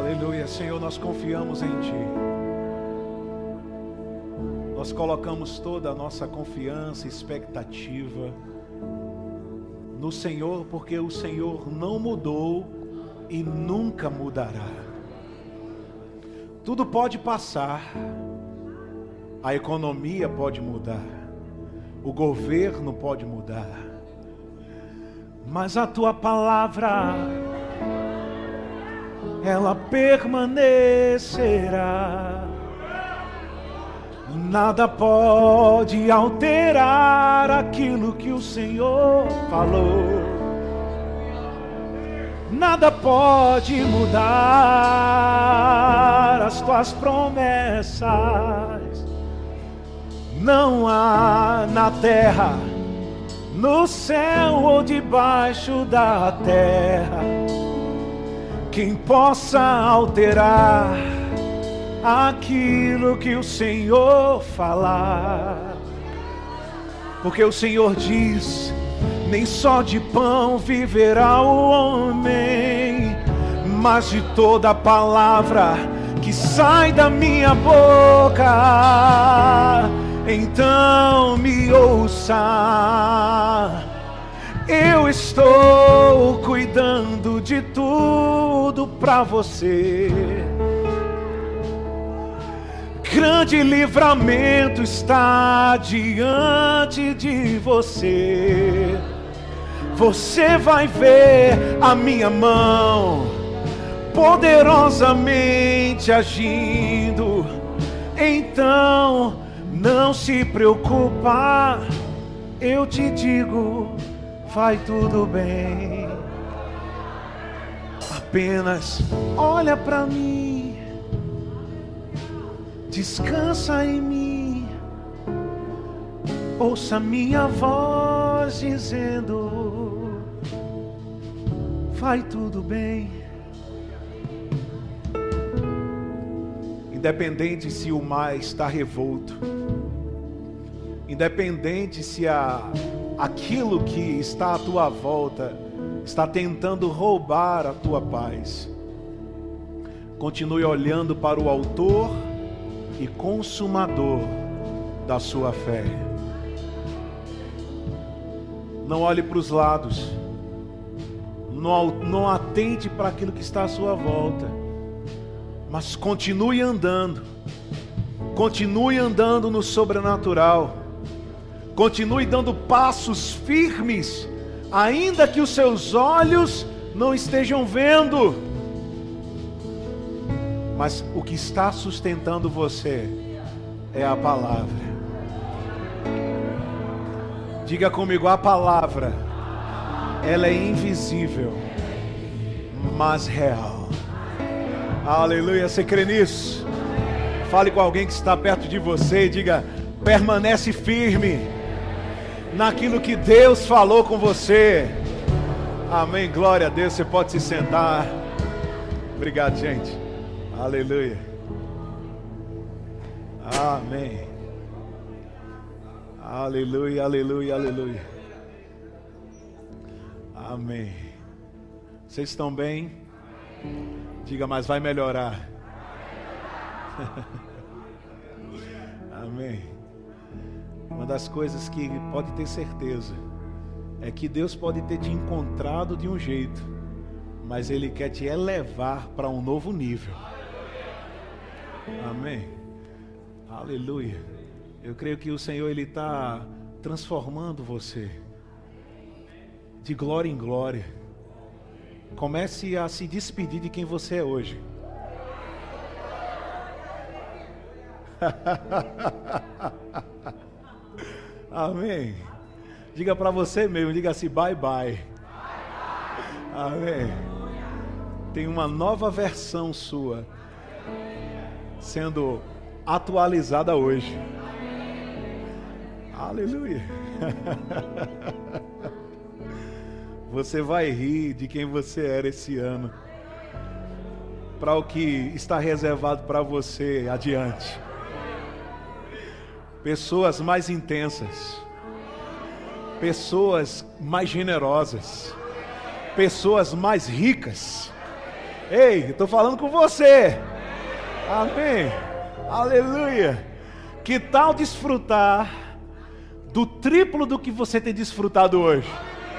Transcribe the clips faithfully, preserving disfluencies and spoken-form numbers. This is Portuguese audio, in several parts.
Aleluia, Senhor, nós confiamos em Ti. Nós colocamos toda a nossa confiança e expectativa no Senhor, porque o Senhor não mudou e nunca mudará. Tudo pode passar, a economia pode mudar, o governo pode mudar, mas a Tua palavra, ela permanecerá. Nada pode alterar aquilo que o Senhor falou. Nada pode mudar as Tuas promessas. Não há na terra, no céu ou debaixo da terra, quem possa alterar aquilo que o Senhor falar. Porque o Senhor diz: nem só de pão viverá o homem, mas de toda palavra que sai da minha boca. Então me ouça, eu estou cuidando de tudo pra você. Grande livramento está diante de você. Você vai ver a minha mão poderosamente agindo. Então não se preocupa, eu te digo, vai tudo bem. Apenas olha pra mim, descansa em mim, ouça minha voz dizendo: vai tudo bem. Independente se o mar está revolto, independente se a, aquilo que está à tua volta está tentando roubar a tua paz, continue olhando para o autor e consumador da sua fé. Não olhe para os lados, não, não atente para aquilo que está à sua volta, mas continue andando, continue andando no sobrenatural, continue dando passos firmes, ainda que os seus olhos não estejam vendo, mas o que está sustentando você é a palavra. Diga comigo: a palavra, ela é invisível, mas real. Aleluia, você crê nisso? Fale com alguém que está perto de você e diga: permanece firme naquilo que Deus falou com você. Amém, glória a Deus. Você pode se sentar. Obrigado, gente. Aleluia. Amém. Aleluia, aleluia, aleluia. Amém. Vocês estão bem? Diga: mas vai melhorar. Amém. Uma das coisas que pode ter certeza é que Deus pode ter te encontrado de um jeito, mas Ele quer te elevar para um novo nível. Amém. Aleluia. Eu creio que o Senhor, Ele está transformando você de glória em glória. Comece a se despedir de quem você é hoje. Amém. Diga para você mesmo, diga assim: bye bye. Amém. Tem uma nova versão sua sendo atualizada hoje. Aleluia. Você vai rir de quem você era esse ano, para o que está reservado para você adiante. Pessoas mais intensas, pessoas mais generosas, pessoas mais ricas, Ei, eu estou falando com você. Amém. Aleluia. Que tal desfrutar do triplo do que você tem desfrutado hoje?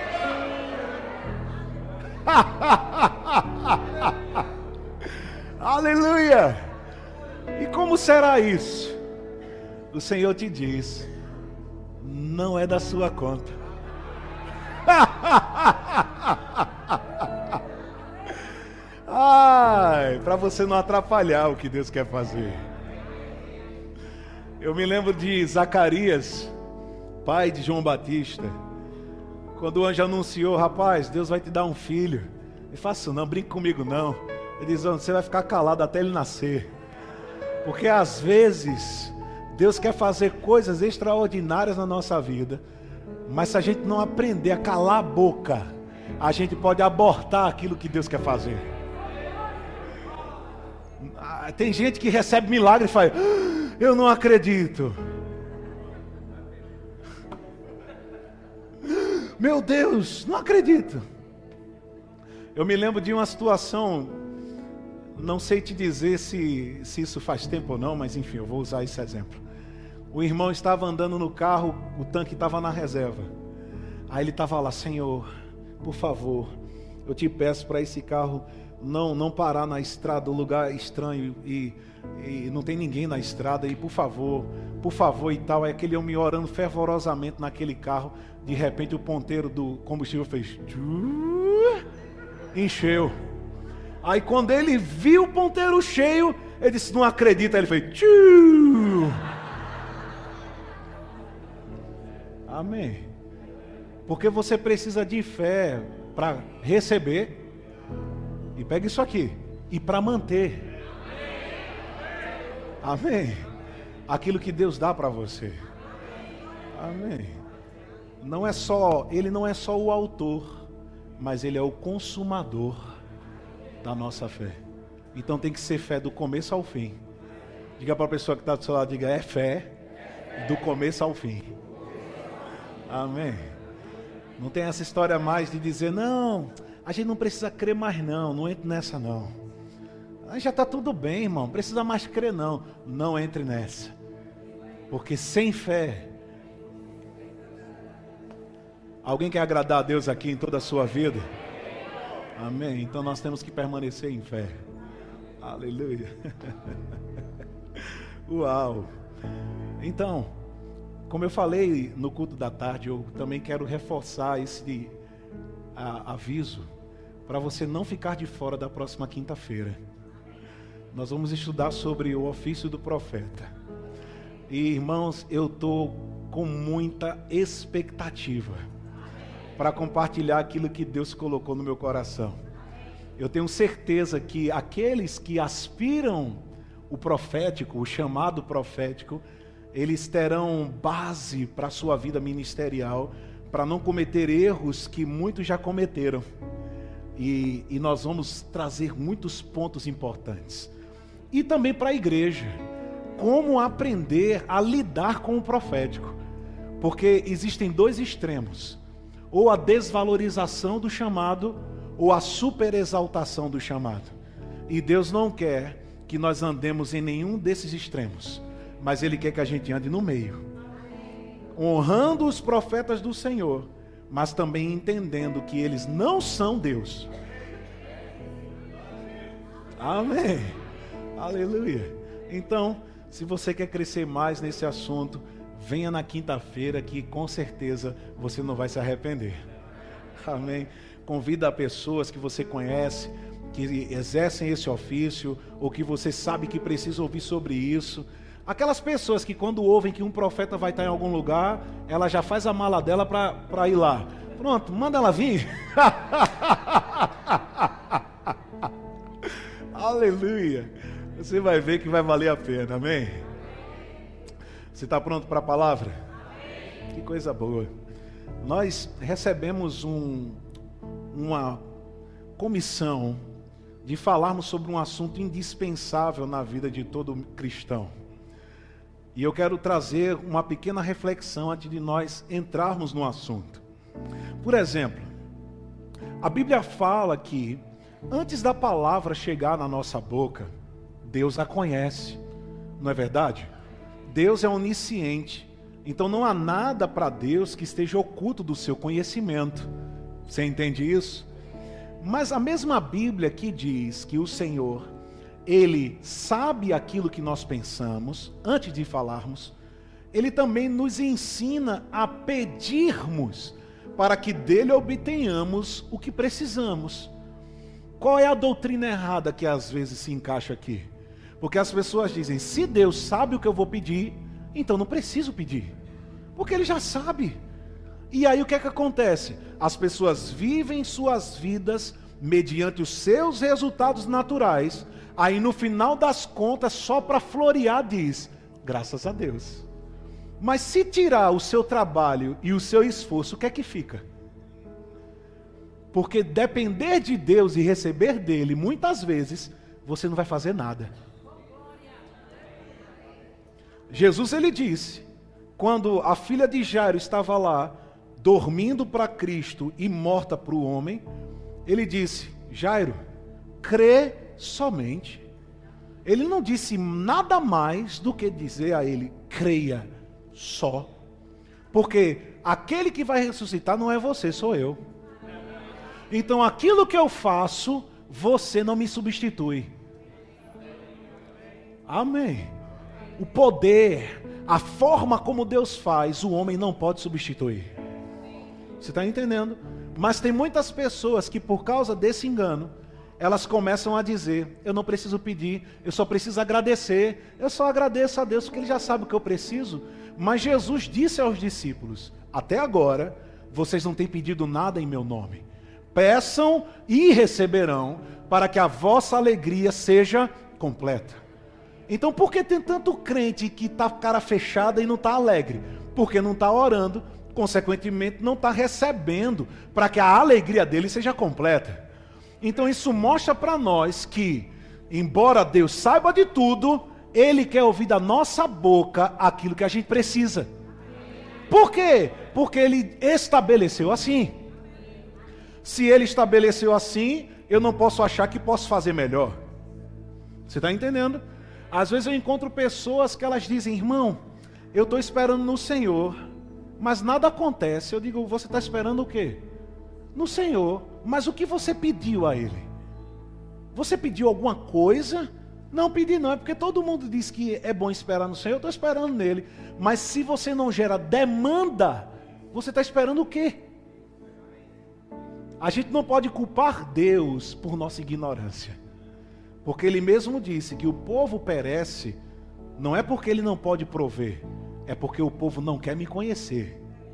Aleluia. E como será isso? O Senhor te diz: não é da sua conta. Ai, para você não atrapalhar o que Deus quer fazer. Eu me lembro de Zacarias, pai de João Batista, quando o anjo anunciou: rapaz, Deus vai te dar um filho. Ele fala assim: não, brinque comigo não. Ele diz: você vai ficar calado até ele nascer. Porque às vezes Deus quer fazer coisas extraordinárias na nossa vida, mas se a gente não aprender a calar a boca, a gente pode abortar aquilo que Deus quer fazer. Tem gente que recebe milagre e fala: eu não acredito. Meu Deus, não acredito. Eu me lembro de uma situação, não sei te dizer se, se isso faz tempo ou não, mas enfim, eu vou usar esse exemplo. O irmão estava andando no carro, o tanque estava na reserva. Aí ele estava lá: Senhor, por favor, eu te peço para esse carro não, não parar na estrada, um lugar estranho e, e não tem ninguém na estrada, e por favor, por favor e tal. Aí aquele homem orando fervorosamente naquele carro, de repente o ponteiro do combustível fez, encheu. Aí quando ele viu o ponteiro cheio, ele disse: não acredita. Aí ele fez, tchiu. Amém. Porque você precisa de fé para receber, e pega isso aqui, e para manter. Amém. Aquilo que Deus dá para você. Amém. Não é só, ele não é só o autor, mas ele é o consumador da nossa fé. Então tem que ser fé do começo ao fim. Diga para a pessoa que está do seu lado, diga: é fé do começo ao fim. Amém. Não tem essa história mais de dizer: não, a gente não precisa crer mais não, não entre nessa não. Aí já está tudo bem, irmão, não precisa mais crer não. Não entre nessa. Porque sem fé... Alguém quer agradar a Deus aqui em toda a sua vida? Amém. Então nós temos que permanecer em fé. Aleluia. Uau. Então, como eu falei no culto da tarde, eu também quero reforçar esse a, aviso para você não ficar de fora da próxima quinta-feira. Nós vamos estudar sobre o ofício do profeta. E irmãos, eu estou com muita expectativa para compartilhar aquilo que Deus colocou no meu coração. Eu tenho certeza que aqueles que aspiram o profético, o chamado profético, eles terão base para a sua vida ministerial, para não cometer erros que muitos já cometeram. E, e nós vamos trazer muitos pontos importantes. E também para a igreja, como aprender a lidar com o profético. Porque existem dois extremos: ou a desvalorização do chamado, ou a superexaltação do chamado. E Deus não quer que nós andemos em nenhum desses extremos, mas Ele quer que a gente ande no meio, honrando os profetas do Senhor, mas também entendendo que eles não são Deus. Amém. Aleluia. Então, se você quer crescer mais nesse assunto, venha na quinta-feira que com certeza você não vai se arrepender. Amém. Convida pessoas que você conhece, que exercem esse ofício, ou que você sabe que precisa ouvir sobre isso. Aquelas pessoas que quando ouvem que um profeta vai estar em algum lugar, ela já faz a mala dela para ir lá. Pronto, manda ela vir. Aleluia. Você vai ver que vai valer a pena, amém? Você está pronto para a palavra? Amém. Que coisa boa. Nós recebemos um, uma comissão de falarmos sobre um assunto indispensável na vida de todo cristão. E eu quero trazer uma pequena reflexão antes de nós entrarmos no assunto. Por exemplo, a Bíblia fala que Antes da palavra chegar na nossa boca, Deus a conhece, não é verdade? Deus é onisciente, então não há nada para Deus que esteja oculto do seu conhecimento. Você entende isso? Mas a mesma Bíblia que diz que o Senhor, Ele sabe aquilo que nós pensamos antes de falarmos, Ele também nos ensina a pedirmos para que dele obtenhamos o que precisamos. Qual é a doutrina errada que às vezes se encaixa aqui? Porque as pessoas dizem, se Deus sabe o que eu vou pedir, então não preciso pedir, porque Ele já sabe. E aí o que é que acontece? As pessoas vivem suas vidas mediante os seus resultados naturais, aí no final das contas, só para florear diz, graças a Deus. Mas se tirar o seu trabalho e o seu esforço, o que é que fica? Porque depender de Deus e receber dele, muitas vezes, você não vai fazer nada. Jesus, ele disse, quando a filha de Jairo estava lá, dormindo para Cristo e morta para o homem, ele disse, Jairo, crê somente. Ele não disse nada mais do que dizer a ele, creia só. Porque aquele que vai ressuscitar não é você, sou eu. Então aquilo que eu faço, você não me substitui. Amém. O poder, a forma como Deus faz, o homem não pode substituir. Você está entendendo? Mas tem muitas pessoas que por causa desse engano, elas começam a dizer, eu não preciso pedir, eu só preciso agradecer. Eu só agradeço a Deus porque Ele já sabe o que eu preciso. Mas Jesus disse aos discípulos, até agora, vocês não têm pedido nada em meu nome. Peçam e receberão, para que a vossa alegria seja completa. Então por que tem tanto crente que está cara fechada e não está alegre? Porque não está orando, consequentemente não está recebendo, para que a alegria dele seja completa. Então isso mostra para nós que, embora Deus saiba de tudo, Ele quer ouvir da nossa boca aquilo que a gente precisa. Por quê? Porque Ele estabeleceu assim. Se Ele estabeleceu assim, eu não posso achar que posso fazer melhor. Você está entendendo? Às vezes eu encontro pessoas que elas dizem, irmão, eu estou esperando no Senhor, mas nada acontece. Eu digo, você está esperando o quê? No Senhor. Mas o que você pediu a Ele? Você pediu alguma coisa? Não pedi não, é porque todo mundo diz que é bom esperar no Senhor, eu estou esperando nele. Mas se você não gera demanda, você está esperando o quê? A gente não pode culpar Deus por nossa ignorância. Porque Ele mesmo disse que o povo perece, não é porque Ele não pode prover, é porque o povo não quer me conhecer.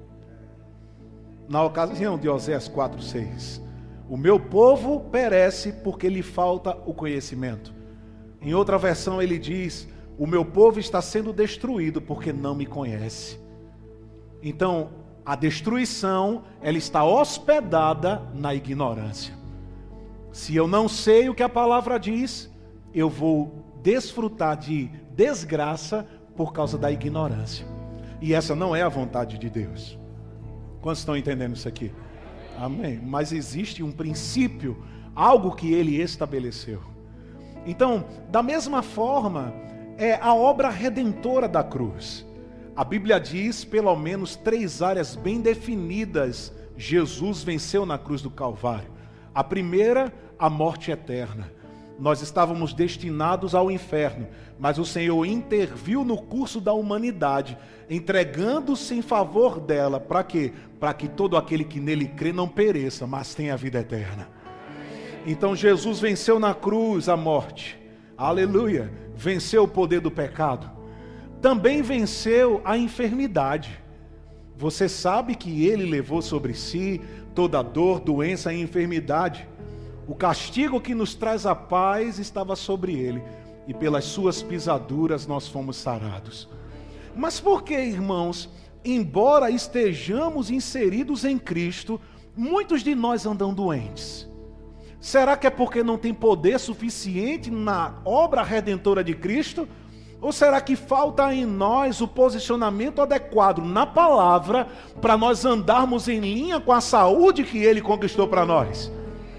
Na ocasião de Oséias quatro, seis, o meu povo perece porque lhe falta o conhecimento. Em outra versão ele diz, o meu povo está sendo destruído porque não me conhece. Então, a destruição, ela está hospedada na ignorância. Se eu não sei o que a palavra diz, eu vou desfrutar de desgraça por causa da ignorância. E essa não é a vontade de Deus. Quantos estão entendendo isso aqui? Amém. Mas existe um princípio, algo que Ele estabeleceu. Então, da mesma forma, é a obra redentora da cruz. A Bíblia diz, pelo menos, três áreas bem definidas, Jesus venceu na cruz do Calvário. A primeira, a morte eterna. Nós estávamos destinados ao inferno, mas o Senhor interviu no curso da humanidade, entregando-se em favor dela, para quê? Para que todo aquele que nele crê não pereça, mas tenha a vida eterna. Então Jesus venceu na cruz a morte, aleluia, venceu o poder do pecado, também venceu a enfermidade. Você sabe que Ele levou sobre si toda dor, doença e enfermidade. O castigo que nos traz a paz estava sobre Ele, e pelas suas pisaduras nós fomos sarados. Mas por que, irmãos, embora estejamos inseridos em Cristo, muitos de nós andam doentes? Será que é porque não tem poder suficiente na obra redentora de Cristo? Ou será que falta em nós o posicionamento adequado na palavra para nós andarmos em linha com a saúde que Ele conquistou para nós?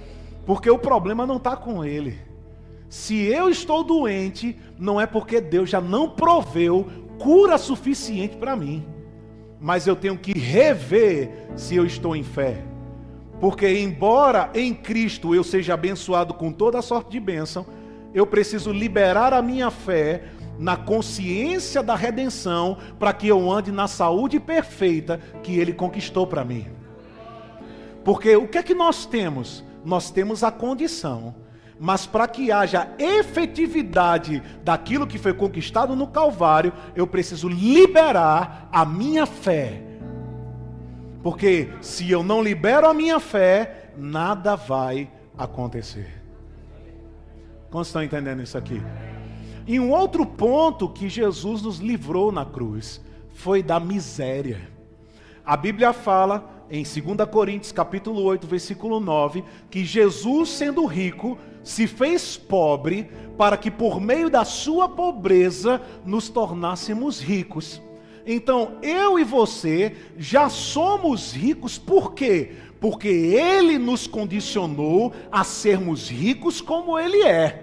Porque o problema não está com ele. Se eu estou doente, não é porque Deus já não proveu cura suficiente para mim. Mas eu tenho que rever se eu estou em fé. Porque embora em Cristo eu seja abençoado com toda sorte de bênção, eu preciso liberar a minha fé na consciência da redenção, para que eu ande na saúde perfeita que Ele conquistou para mim. Porque o que é que nós temos? Nós temos a condição, mas para que haja efetividade daquilo que foi conquistado no Calvário, eu preciso liberar a minha fé. Porque se eu não libero a minha fé, nada vai acontecer. Quantos estão entendendo isso aqui? E um outro ponto que Jesus nos livrou na cruz foi da miséria. A Bíblia fala em dois Coríntios capítulo oito, versículo nove, que Jesus, sendo rico, se fez pobre para que por meio da sua pobreza nos tornássemos ricos. Então eu e você já somos ricos, por quê? Porque Ele nos condicionou a sermos ricos como Ele é.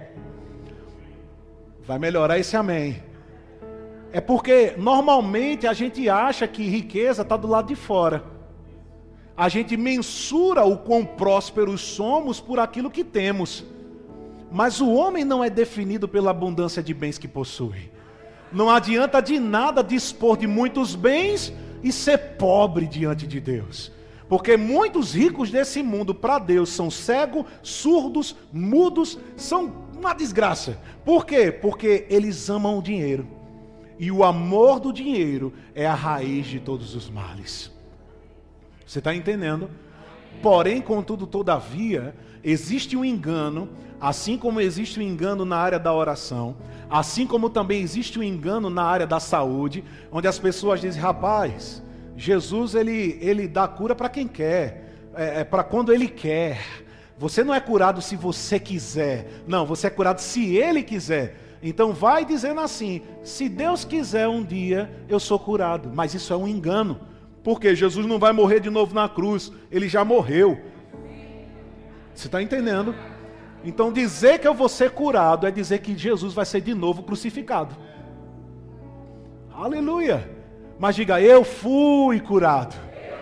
Vai melhorar esse amém. É porque normalmente a gente acha que riqueza está do lado de fora. A gente mensura o quão prósperos somos por aquilo que temos. Mas o homem não é definido pela abundância de bens que possui. Não adianta de nada dispor de muitos bens e ser pobre diante de Deus. Porque muitos ricos desse mundo para Deus são cegos, surdos, mudos, são uma desgraça. Por quê? Porque eles amam o dinheiro. E o amor do dinheiro é a raiz de todos os males. Você está entendendo? Porém, contudo, todavia, existe um engano, assim como existe um engano na área da oração, assim como também existe um engano na área da saúde, onde as pessoas dizem, rapaz, Jesus ele, ele dá cura para quem quer, é, é para quando Ele quer. Você não é curado se você quiser, não, você é curado se Ele quiser. Então vai dizendo assim, se Deus quiser um dia, eu sou curado. Mas isso é um engano, porque Jesus não vai morrer de novo na cruz, Ele já morreu. Você está entendendo? Então dizer que eu vou ser curado é dizer que Jesus vai ser de novo crucificado. Aleluia! Mas diga, eu fui curado.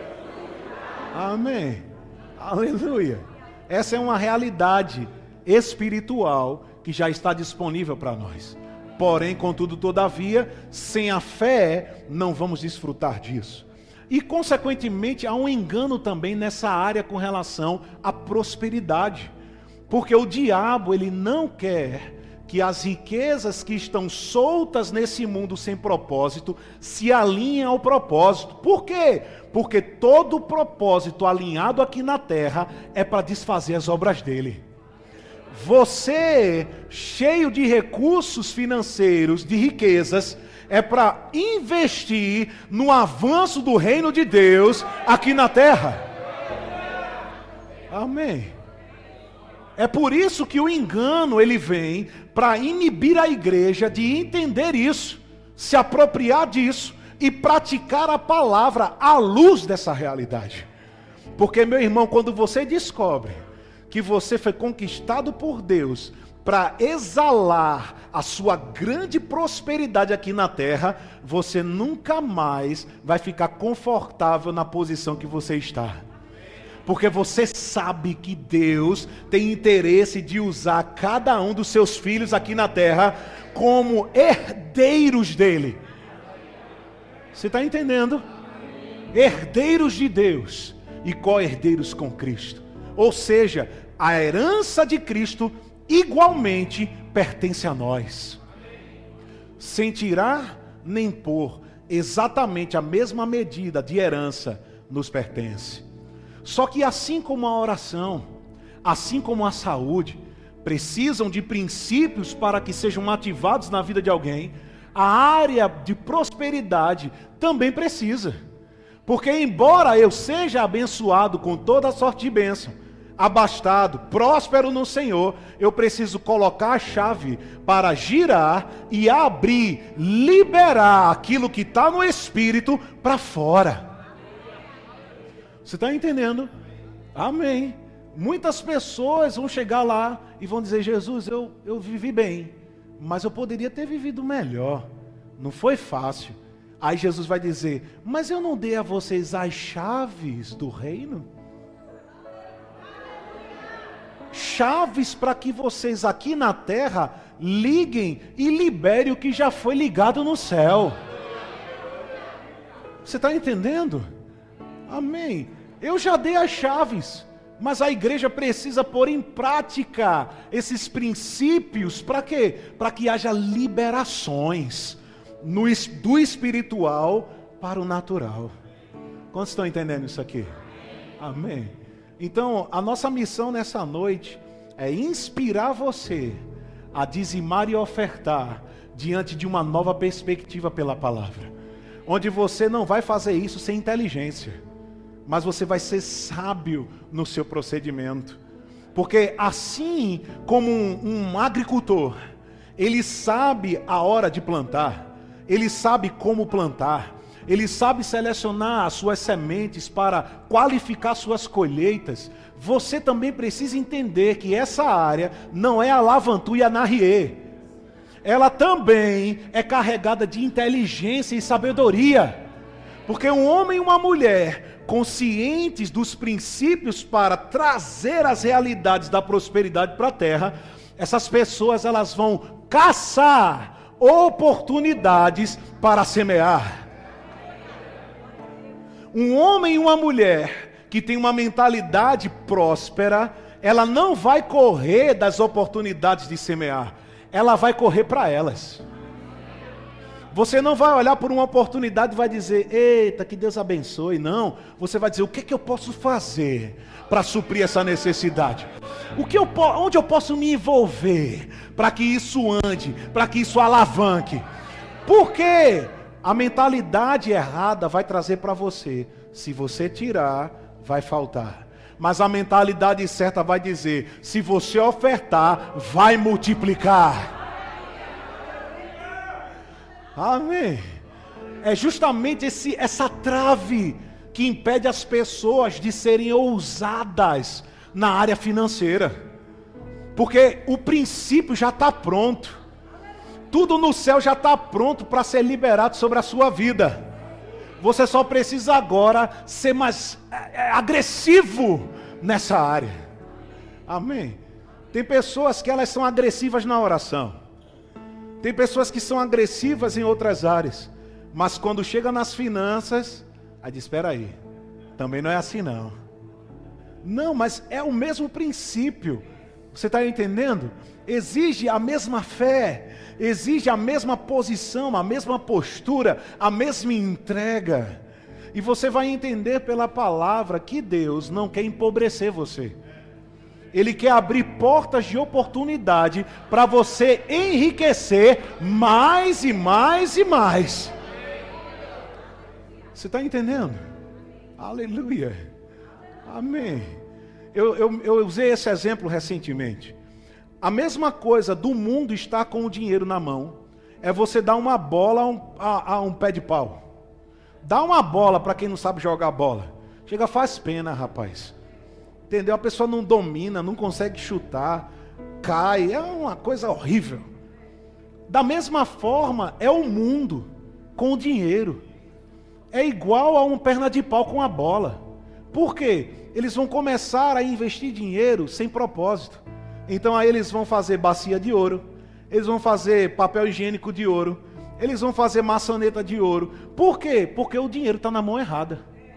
Amém. Aleluia. Essa é uma realidade espiritual que já está disponível para nós. Porém, contudo, todavia, sem a fé, não vamos desfrutar disso. E, consequentemente, há um engano também nessa área com relação à prosperidade. Porque o diabo, ele não quer que as riquezas que estão soltas nesse mundo sem propósito se alinhem ao propósito. Por quê? Porque todo propósito alinhado aqui na terra é para desfazer as obras dele. Você, cheio de recursos financeiros, de riquezas, é para investir no avanço do reino de Deus aqui na terra. Amém. É por isso que o engano ele vem para inibir a igreja de entender isso, se apropriar disso e praticar a palavra à luz dessa realidade. Porque, meu irmão, quando você descobre que você foi conquistado por Deus para exalar a sua grande prosperidade aqui na terra, você nunca mais vai ficar confortável na posição que você está. Porque você sabe que Deus tem interesse de usar cada um dos seus filhos aqui na terra como herdeiros dele. Você está entendendo? Herdeiros de Deus e co-herdeiros com Cristo. Ou seja, a herança de Cristo igualmente pertence a nós. Sem tirar nem pôr, exatamente a mesma medida de herança nos pertence. Só que assim como a oração, assim como a saúde, precisam de princípios para que sejam ativados na vida de alguém, a área de prosperidade também precisa. Porque embora eu seja abençoado com toda a sorte de bênção, abastado, próspero no Senhor, eu preciso colocar a chave para girar e abrir, liberar aquilo que está no Espírito para fora. Você está entendendo? Amém. Muitas pessoas vão chegar lá e vão dizer: Jesus, eu, eu vivi bem, mas eu poderia ter vivido melhor. Não foi fácil. Aí Jesus vai dizer: mas eu não dei a vocês as chaves do reino? Chaves para que vocês aqui na terra liguem e liberem o que já foi ligado no céu. Você está entendendo? Amém. Eu já dei as chaves, mas a igreja precisa pôr em prática esses princípios. Para quê? Para que haja liberações no, do espiritual para o natural. Quantos estão entendendo isso aqui? Amém. Então, a nossa missão nessa noite é inspirar você a dizimar e ofertar diante de uma nova perspectiva pela palavra, onde você não vai fazer isso sem inteligência, mas você vai ser sábio no seu procedimento, porque assim como um, um agricultor, ele sabe a hora de plantar, ele sabe como plantar, ele sabe selecionar as suas sementes para qualificar suas colheitas. Você também precisa entender que essa área não é a Lavantu e a Narriê. Ela também é carregada de inteligência e sabedoria. Porque um homem e uma mulher conscientes dos princípios para trazer as realidades da prosperidade para a terra, essas pessoas elas vão caçar oportunidades para semear. Um homem e uma mulher que tem uma mentalidade próspera, ela não vai correr das oportunidades de semear, ela vai correr para elas. Você não vai olhar por uma oportunidade e vai dizer: eita, que Deus abençoe. Não, você vai dizer: o que, é que eu posso fazer para suprir essa necessidade? O que eu, onde eu posso me envolver para que isso ande, para que isso alavanque? Por quê? A mentalidade errada vai trazer para você: se você tirar, vai faltar. Mas a mentalidade certa vai dizer: se você ofertar, vai multiplicar. Amém. É justamente esse, essa trave que impede as pessoas de serem ousadas na área financeira. Porque o princípio já está pronto. Tudo no céu já está pronto para ser liberado sobre a sua vida. Você só precisa agora ser mais é, agressivo nessa área. Amém. Tem pessoas que elas são agressivas na oração. Tem pessoas que são agressivas em outras áreas. Mas quando chega nas finanças, aí diz: espera aí, também não é assim não. Não, mas é o mesmo princípio. Você está entendendo? Exige a mesma fé, exige a mesma posição, a mesma postura, a mesma entrega. E você vai entender pela palavra que Deus não quer empobrecer você. Ele quer abrir portas de oportunidade para você enriquecer mais e mais e mais. Você está entendendo? Aleluia. Amém. Eu, eu, eu usei esse exemplo recentemente. A mesma coisa do mundo estar com o dinheiro na mão é você dar uma bola a um, a, a um pé de pau. Dá uma bola para quem não sabe jogar bola. Chega, faz pena, rapaz. Entendeu? A pessoa não domina, não consegue chutar, cai, é uma coisa horrível. Da mesma forma é o mundo com o dinheiro. É igual a um perna de pau com a bola. Por quê? Eles vão começar a investir dinheiro sem propósito. Então aí eles vão fazer bacia de ouro, eles vão fazer papel higiênico de ouro, eles vão fazer maçaneta de ouro. Por quê? Porque o dinheiro está na mão errada.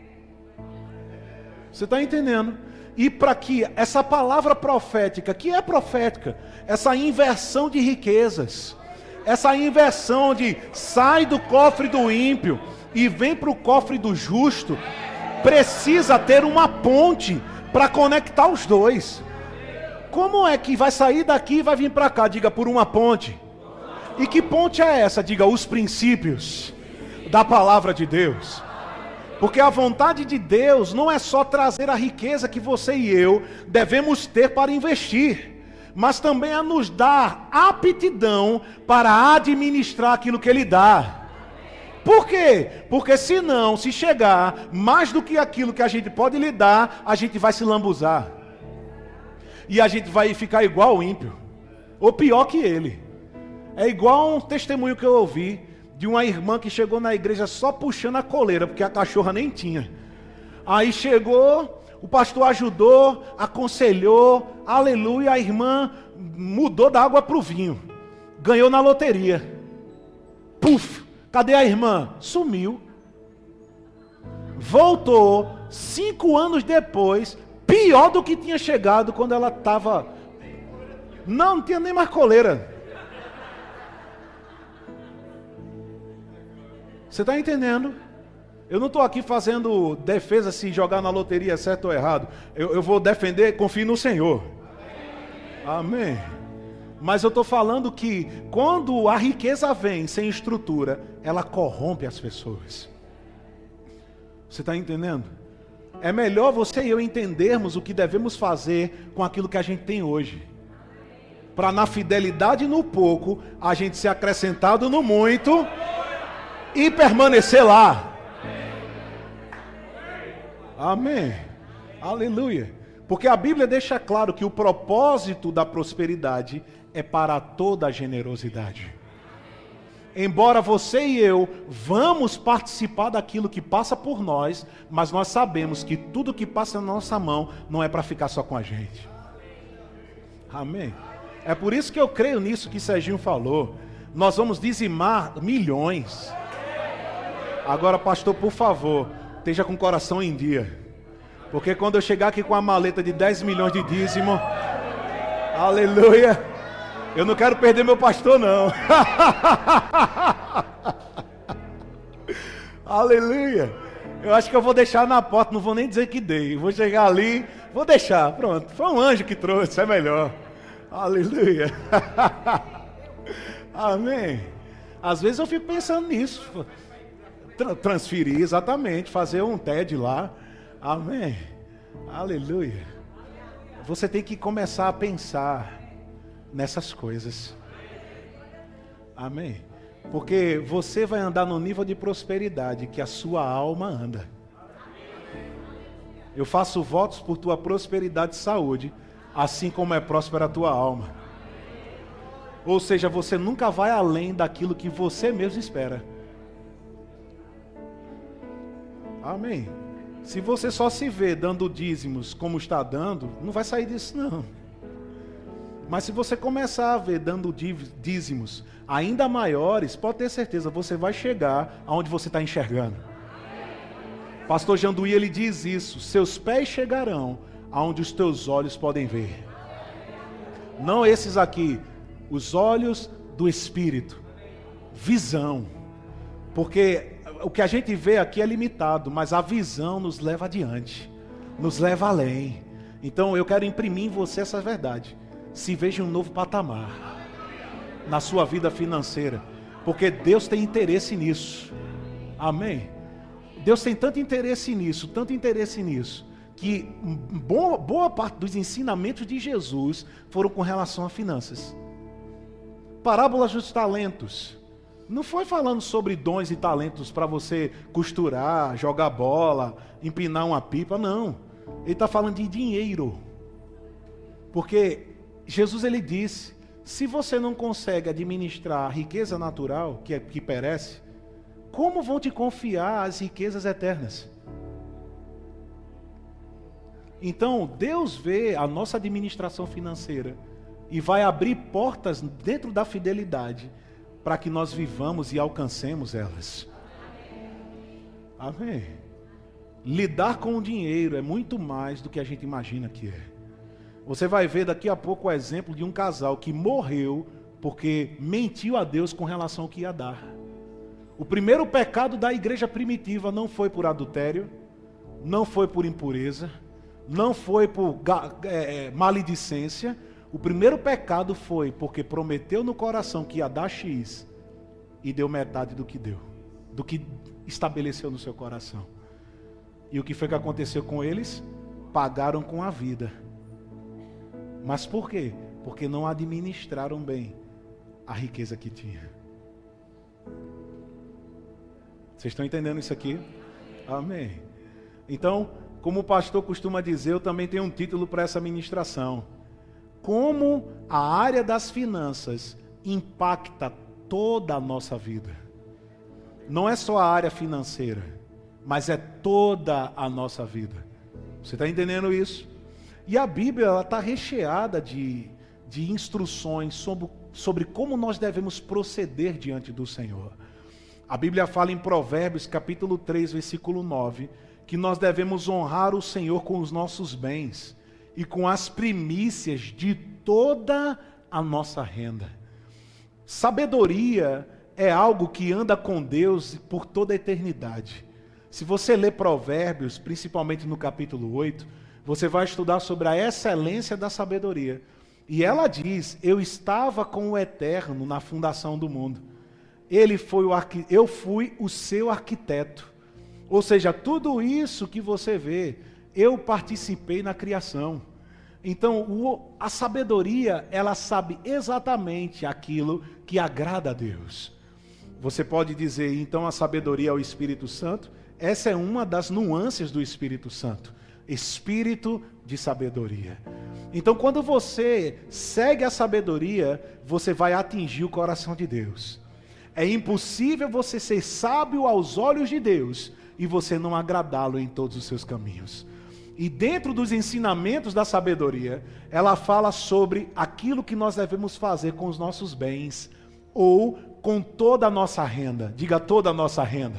Você está entendendo? E para que essa palavra profética, que é profética, essa inversão de riquezas, essa inversão de sai do cofre do ímpio e vem para o cofre do justo, precisa ter uma ponte para conectar os dois. Como é que vai sair daqui e vai vir para cá? Diga: por uma ponte. E que ponte é essa? Diga: os princípios da palavra de Deus. Porque a vontade de Deus não é só trazer a riqueza que você e eu devemos ter para investir, mas também a nos dar aptidão para administrar aquilo que Ele dá. Por quê? Porque senão, se chegar mais do que aquilo que a gente pode lhe dar, a gente vai se lambuzar. e a gente vai ficar igual o ímpio, ou pior que ele. É igual um testemunho que eu ouvi de uma irmã que chegou na igreja só puxando a coleira, porque a cachorra nem tinha. Aí chegou, o pastor ajudou, aconselhou, aleluia, a irmã mudou da água para o vinho, ganhou na loteria. Puf, cadê a irmã? Sumiu. Voltou cinco anos depois, pior do que tinha chegado quando ela estava... Não, não tinha nem mais coleira. Você está entendendo? Eu não estou aqui fazendo defesa se jogar na loteria é certo ou errado. Eu, eu vou defender, confio no Senhor. Amém. Mas eu estou falando que quando a riqueza vem sem estrutura, ela corrompe as pessoas. Você está entendendo? É melhor você e eu entendermos o que devemos fazer com aquilo que a gente tem hoje. Para na fidelidade no pouco, a gente ser acrescentado no muito e permanecer lá. Amém. Aleluia. Porque a Bíblia deixa claro que o propósito da prosperidade é para toda a generosidade. Embora você e eu vamos participar daquilo que passa por nós, mas nós sabemos que tudo que passa na nossa mão não é para ficar só com a gente. Amém. É por isso que eu creio nisso que Serginho falou. Nós vamos dizimar milhões. Agora, pastor, por favor, esteja com o coração em dia. Porque quando eu chegar aqui com a maleta de dez milhões de dízimo, aleluia, eu não quero perder meu pastor, não. Aleluia. Eu acho que eu vou deixar na porta, não vou nem dizer que dei. Vou chegar ali, vou deixar, pronto. Foi um anjo que trouxe, é melhor. Aleluia. Amém. Às vezes eu fico pensando nisso. Tra- transferir, exatamente, fazer um T E D lá. Amém. Aleluia. Você tem que começar a pensar nessas coisas. Amém. Porque você vai andar no nível de prosperidade que a sua alma anda. Eu faço votos por tua prosperidade e saúde, assim como é próspera a tua alma. Ou seja, você nunca vai além daquilo que você mesmo espera. Amém. Se você só se vê dando dízimos como está dando, não vai sair disso não. Mas se você começar a ver dando dízimos ainda maiores, pode ter certeza, você vai chegar aonde você está enxergando. Pastor Janduí, ele diz isso: seus pés chegarão aonde os teus olhos podem ver. Não esses aqui, os olhos do Espírito. Visão. Porque o que a gente vê aqui é limitado, mas a visão nos leva adiante, nos leva além. Então eu quero imprimir em você essa verdade. Se veja um novo patamar na sua vida financeira, porque Deus tem interesse nisso. Amém? Deus tem tanto interesse nisso, tanto interesse nisso, que boa, boa parte dos ensinamentos de Jesus foram com relação a finanças. Parábolas dos talentos não foi falando sobre dons e talentos para você costurar, jogar bola, empinar uma pipa, não. Ele está falando de dinheiro. Porque Jesus, ele disse: se você não consegue administrar a riqueza natural, que, é, que perece, como vão te confiar as riquezas eternas? Então, Deus vê a nossa administração financeira e vai abrir portas dentro da fidelidade para que nós vivamos e alcancemos elas. Amém. Lidar com o dinheiro é muito mais do que a gente imagina que é. Você vai ver daqui a pouco o exemplo de um casal que morreu porque mentiu a Deus com relação ao que ia dar. O primeiro pecado da igreja primitiva não foi por adultério, não foi por impureza, não foi por é, maledicência. O primeiro pecado foi porque prometeu no coração que ia dar X e deu metade do que deu, do que estabeleceu no seu coração. E o que foi que aconteceu com eles? Pagaram com a vida. Mas por quê? Porque não administraram bem a riqueza que tinha. Vocês estão entendendo isso aqui? Amém. Então, como o pastor costuma dizer, eu também tenho um título para essa ministração. como a área das finanças impacta toda a nossa vida. Não é só a área financeira, mas é toda a nossa vida. Você está entendendo isso? E a Bíblia está recheada de, de instruções sobre, sobre como nós devemos proceder diante do Senhor. A Bíblia fala em Provérbios capítulo três, versículo nove, que nós devemos honrar o Senhor com os nossos bens e com as primícias de toda a nossa renda. Sabedoria é algo que anda com Deus por toda a eternidade. Se você ler Provérbios, principalmente no capítulo oito, você vai estudar sobre a excelência da sabedoria. E ela diz: eu estava com o Eterno na fundação do mundo. Ele foi o arqui... Eu fui o seu arquiteto. Ou seja, tudo isso que você vê, eu participei na criação. Então, o... a sabedoria, ela sabe exatamente aquilo que agrada a Deus. Você pode dizer, então a sabedoria é o Espírito Santo? Essa é uma das nuances do Espírito Santo. Espírito de sabedoria. Então, quando você segue a sabedoria, você vai atingir o coração de Deus. É impossível você ser sábio aos olhos de Deus e você não agradá-lo em todos os seus caminhos. E dentro dos ensinamentos da sabedoria, ela fala sobre aquilo que nós devemos fazer com os nossos bens ou com toda a nossa renda. Diga, toda a nossa renda.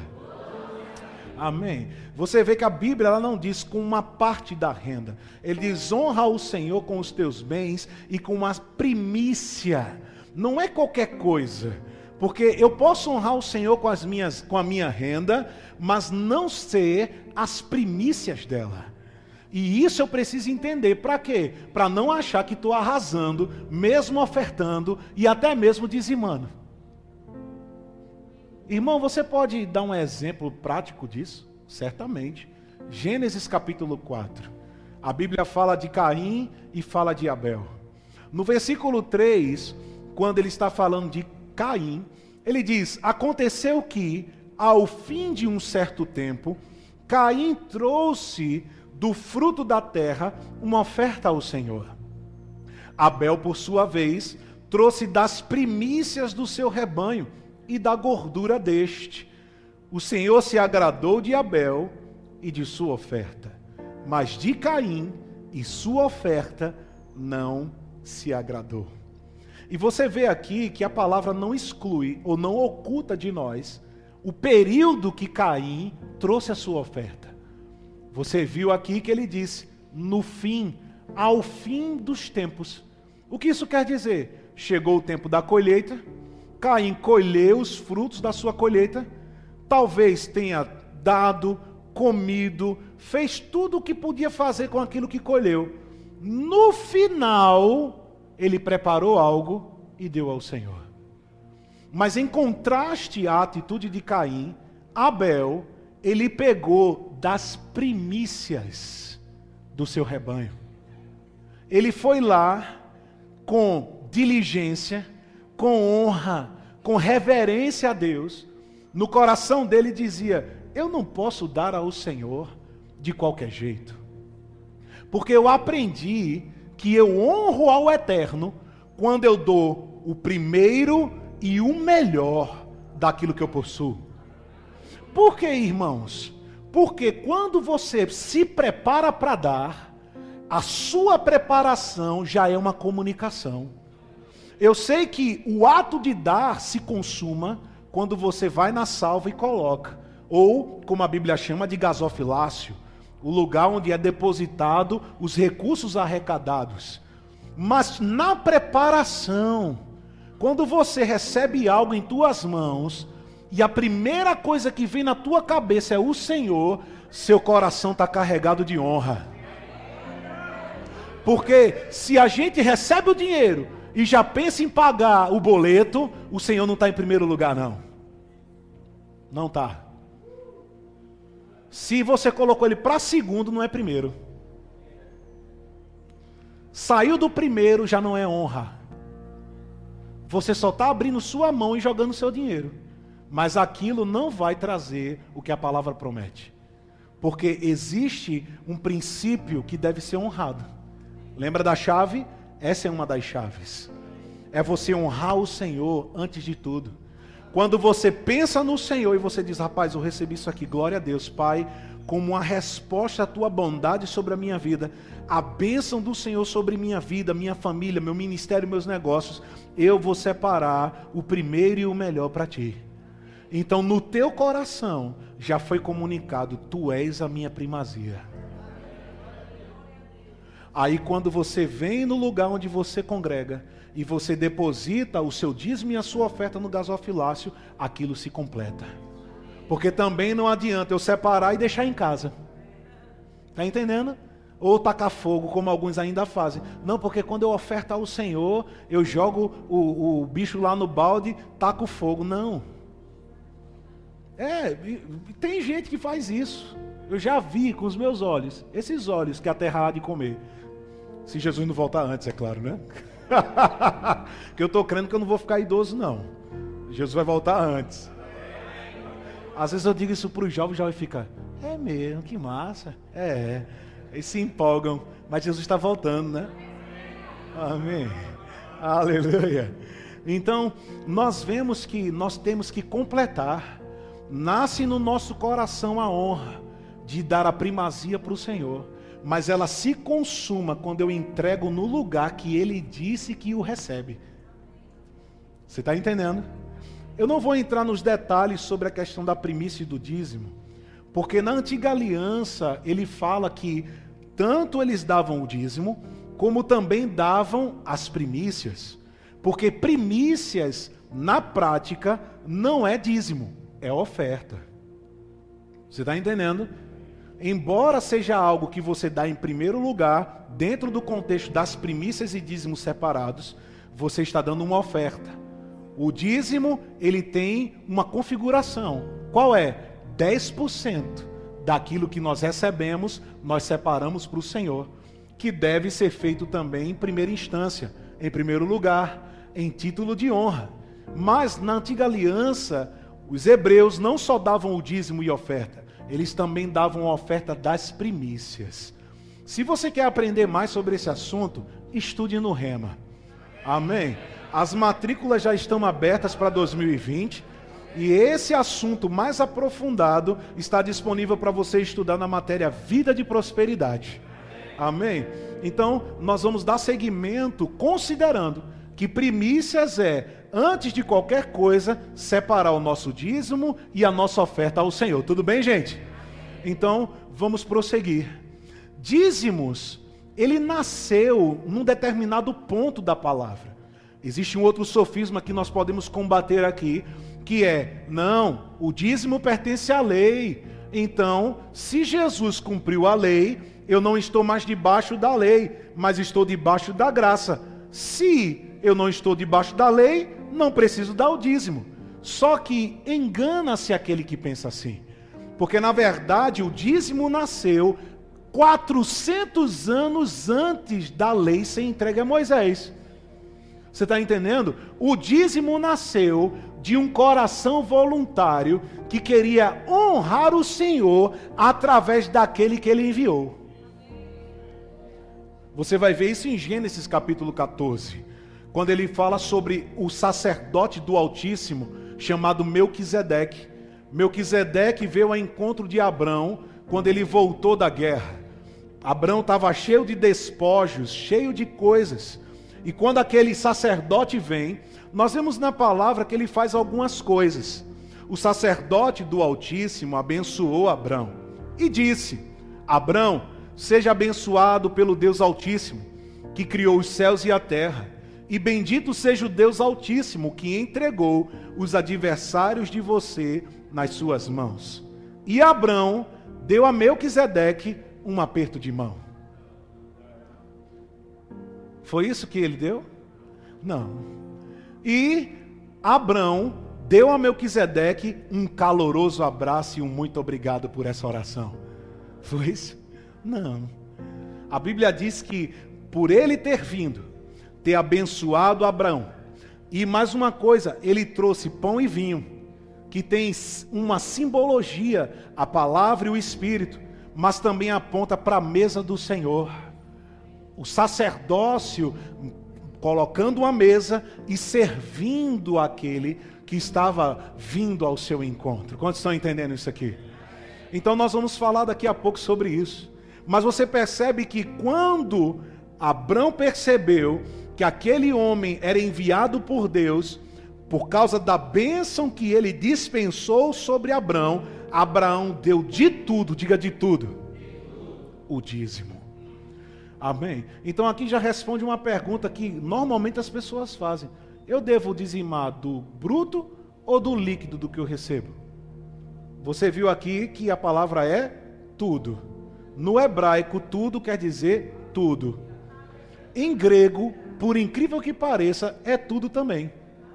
Amém. Você vê que a Bíblia ela não diz com uma parte da renda. Ele diz: honra o Senhor com os teus bens e com uma primícia. Não é qualquer coisa. Porque eu posso honrar o Senhor com, as minhas, com a minha renda, mas não ser as primícias dela. E isso eu preciso entender. Para quê? Para não achar que estou arrasando, mesmo ofertando e até mesmo dizimando. Irmão, você pode dar um exemplo prático disso? Certamente. Gênesis capítulo quatro. A Bíblia fala de Caim e fala de Abel. No versículo três, quando ele está falando de Caim, ele diz: aconteceu que, ao fim de um certo tempo, Caim trouxe do fruto da terra uma oferta ao Senhor. Abel, por sua vez, trouxe das primícias do seu rebanho e da gordura deste. O Senhor se agradou de Abel e de sua oferta, mas de Caim e sua oferta não se agradou. E você vê aqui que a palavra não exclui ou não oculta de nós o período que Caim trouxe a sua oferta. Você viu aqui que ele disse: no fim, ao fim dos tempos. O que isso quer dizer? Chegou o tempo da colheita, Caim colheu os frutos da sua colheita, talvez tenha dado, comido, fez tudo o que podia fazer com aquilo que colheu. No final, ele preparou algo e deu ao Senhor. Mas em contraste à atitude de Caim, Abel, ele pegou das primícias do seu rebanho. Ele foi lá com diligência, com honra, com reverência a Deus. No coração dele dizia: eu não posso dar ao Senhor de qualquer jeito, porque eu aprendi que eu honro ao Eterno quando eu dou o primeiro e o melhor daquilo que eu possuo. Por que, irmãos? Porque quando você se prepara para dar, a sua preparação já é uma comunicação. Eu sei que o ato de dar se consuma quando você vai na salva e coloca, ou como a Bíblia chama de gasofilácio, o lugar onde é depositado os recursos arrecadados. Mas na preparação, quando você recebe algo em tuas mãos, e a primeira coisa que vem na tua cabeça é o Senhor, seu coração está carregado de honra. Porque se a gente recebe o dinheiro e já pensa em pagar o boleto, o Senhor não está em primeiro lugar, não. Não está. Se você colocou ele para segundo, não é primeiro. Saiu do primeiro, já não é honra. Você só está abrindo sua mão e jogando seu dinheiro. Mas aquilo não vai trazer o que a palavra promete. Porque existe um princípio que deve ser honrado. Lembra da chave? Essa é uma das chaves. É você honrar o Senhor antes de tudo. Quando você pensa no Senhor e você diz, rapaz, eu recebi isso aqui, glória a Deus, Pai, como uma resposta à tua bondade sobre a minha vida, a bênção do Senhor sobre minha vida, minha família, meu ministério, meus negócios, eu vou separar o primeiro e o melhor para ti. Então no teu coração já foi comunicado, tu és a minha primazia. Aí quando você vem no lugar onde você congrega, e você deposita o seu dízimo e a sua oferta no gasofilácio, aquilo se completa. Porque também não adianta eu separar e deixar em casa. Está entendendo? Ou tacar fogo, como alguns ainda fazem. Não, porque quando eu oferto ao Senhor, eu jogo o, o bicho lá no balde, taco fogo. Não. É, tem gente que faz isso. Eu já vi com os meus olhos. Esses olhos que a terra há de comer. Se Jesus não voltar antes, é claro, né? Que eu estou crendo que eu não vou ficar idoso, não. Jesus vai voltar antes. Às vezes eu digo isso para os jovens, o jovem fica, é mesmo, que massa. É, eles se empolgam, mas Jesus está voltando, né? Amém. Aleluia. Então, nós vemos que nós temos que completar. Nasce no nosso coração a honra de dar a primazia para o Senhor. Mas ela se consuma quando eu entrego no lugar que Ele disse que o recebe. Você está entendendo? Eu não vou entrar nos detalhes sobre a questão da primícia e do dízimo, porque na antiga aliança ele fala que tanto eles davam o dízimo, como também davam as primícias. Porque primícias, na prática, não é dízimo, é oferta. Você está entendendo? Embora seja algo que você dá em primeiro lugar, dentro do contexto das primícias e dízimos separados, você está dando uma oferta. O dízimo, ele tem uma configuração. Qual é? dez por cento daquilo que nós recebemos, nós separamos para o Senhor, que deve ser feito também em primeira instância, em primeiro lugar, em título de honra. Mas na antiga aliança, os hebreus não só davam o dízimo e oferta, eles também davam a oferta das primícias. Se você quer aprender mais sobre esse assunto, estude no Rema. Amém? As matrículas já estão abertas para dois mil e vinte e esse assunto mais aprofundado está disponível para você estudar na matéria Vida de Prosperidade. Amém? Então, nós vamos dar seguimento considerando que primícias é, antes de qualquer coisa, separar o nosso dízimo e a nossa oferta ao Senhor. Tudo bem, gente? Então, vamos prosseguir. Dízimos, ele nasceu num determinado ponto da palavra. Existe um outro sofisma que nós podemos combater aqui, que é, não, o dízimo pertence à lei. Então, se Jesus cumpriu a lei, eu não estou mais debaixo da lei, mas estou debaixo da graça. Se eu não estou debaixo da lei, não preciso dar o dízimo. Só que engana-se aquele que pensa assim. Porque na verdade o dízimo nasceu quatrocentos anos antes da lei ser entregue a Moisés. Você está entendendo? O dízimo nasceu de um coração voluntário que queria honrar o Senhor através daquele que Ele enviou. Você vai ver isso em Gênesis capítulo quatorze, quando ele fala sobre o sacerdote do Altíssimo, chamado Melquisedeque. Melquisedeque veio ao encontro de Abrão, quando ele voltou da guerra. Abrão estava cheio de despojos, cheio de coisas. E quando aquele sacerdote vem, nós vemos na palavra que ele faz algumas coisas. O sacerdote do Altíssimo abençoou Abrão e disse: Abrão, seja abençoado pelo Deus Altíssimo, que criou os céus e a terra. E bendito seja o Deus Altíssimo, que entregou os adversários de você nas suas mãos. E Abrão deu a Melquisedeque um aperto de mão. Foi isso que ele deu? Não. E Abrão deu a Melquisedeque um caloroso abraço e um muito obrigado por essa oração. Foi isso? Não. A Bíblia diz que por ele ter vindo, ter abençoado Abrão, e mais uma coisa, ele trouxe pão e vinho, que tem uma simbologia, a palavra e o Espírito, mas também aponta para a mesa do Senhor. o sacerdócio colocando uma mesa e servindo aquele que estava vindo ao seu encontro. Quantos estão entendendo isso aqui? Então nós vamos falar daqui a pouco sobre isso. Mas você percebe que quando Abrão percebeu que aquele homem era enviado por Deus, por causa da bênção que ele dispensou sobre Abrão, Abraão deu de tudo, diga de tudo, o dízimo. Amém? Então aqui já responde uma pergunta que normalmente as pessoas fazem: eu devo dizimar do bruto ou do líquido do que eu recebo? Você viu aqui que a palavra é tudo. No hebraico, tudo quer dizer tudo. Em grego, por incrível que pareça, é tudo também.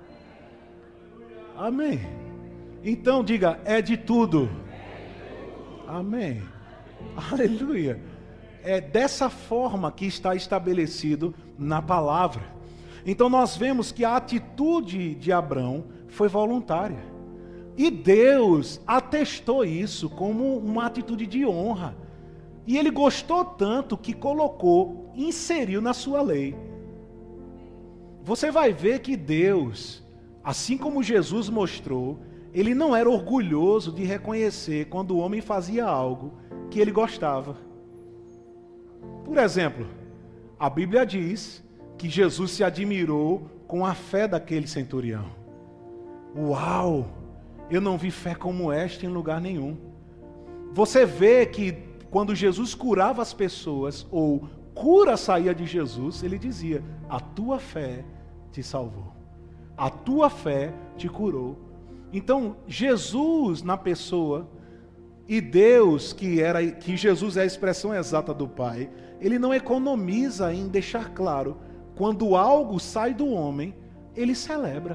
Amém. Então diga, é de tudo. Amém. Aleluia. É dessa forma que está estabelecido na palavra. Então nós vemos que a atitude de Abrão foi voluntária. E Deus atestou isso como uma atitude de honra. E ele gostou tanto que colocou, inseriu na sua lei. Você vai ver que Deus, assim como Jesus mostrou, ele não era orgulhoso de reconhecer quando o homem fazia algo que ele gostava. Por exemplo, a Bíblia diz que Jesus se admirou com a fé daquele centurião. Uau! Eu não vi fé como esta em lugar nenhum. Você vê que quando Jesus curava as pessoas, ou cura saía de Jesus, ele dizia: a tua fé te salvou. A tua fé te curou. Então, Jesus na pessoa, e Deus, que, era, que Jesus é a expressão exata do Pai, ele não economiza em deixar claro, quando algo sai do homem, ele celebra.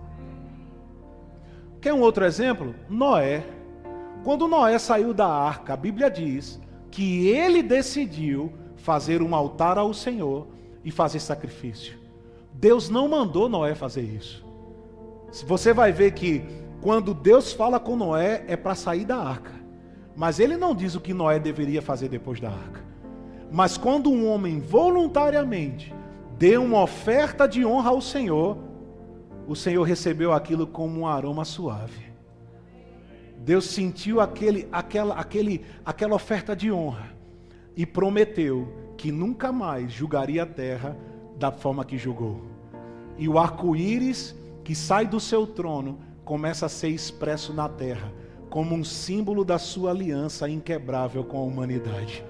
Quer um outro exemplo? Noé. Quando Noé saiu da arca, a Bíblia diz que ele decidiu fazer um altar ao Senhor e fazer sacrifício. Deus não mandou Noé fazer isso. Você vai ver que quando Deus fala com Noé é para sair da arca. Mas ele não diz o que Noé deveria fazer depois da arca. Mas quando um homem voluntariamente deu uma oferta de honra ao Senhor, o Senhor recebeu aquilo como um aroma suave. Deus sentiu aquele, aquela, aquele, aquela oferta de honra e prometeu que nunca mais julgaria a terra da forma que julgou. E o arco-íris que sai do seu trono começa a ser expresso na terra como um símbolo da sua aliança inquebrável com a humanidade.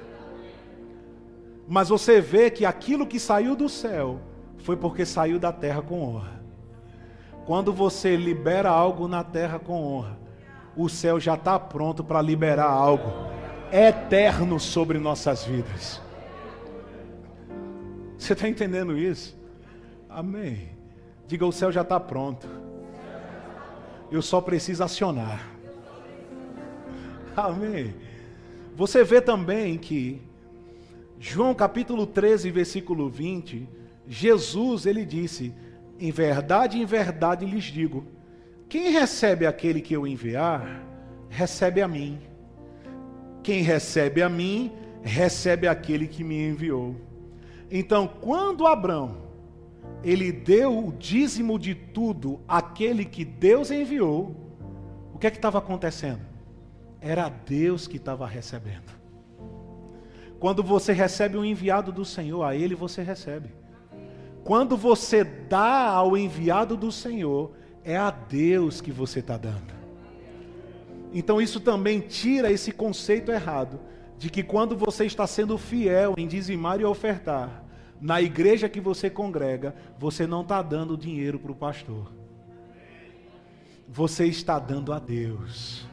Mas você vê que aquilo que saiu do céu foi porque saiu da terra com honra. Quando você libera algo na terra com honra, o céu já está pronto para liberar algo eterno sobre nossas vidas. Você está entendendo isso? Amém. Diga, o céu já está pronto. Eu só preciso acionar. Amém. Você vê também que João capítulo treze, versículo vinte, Jesus, ele disse: em verdade, em verdade lhes digo, quem recebe aquele que eu enviar, recebe a mim. Quem recebe a mim, recebe aquele que me enviou. Então, quando Abrão, ele deu o dízimo de tudo àquele que Deus enviou, o que é que estava acontecendo? Era Deus que estava recebendo. Quando você recebe um enviado do Senhor, a ele você recebe. Quando você dá ao enviado do Senhor, é a Deus que você está dando. Então isso também tira esse conceito errado, de que quando você está sendo fiel em dizimar e ofertar, na igreja que você congrega, você não está dando dinheiro para o pastor. Você está dando a Deus.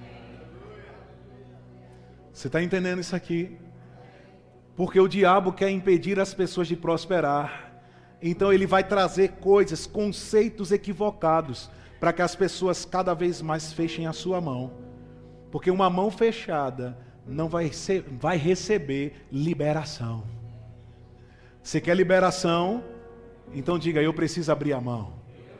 Você está entendendo isso aqui? Porque o diabo quer impedir as pessoas de prosperar. Então ele vai trazer coisas, conceitos equivocados, para que as pessoas cada vez mais fechem a sua mão. Porque uma mão fechada não vai, ser, vai receber liberação. Você quer liberação? Então diga, eu preciso abrir a mão.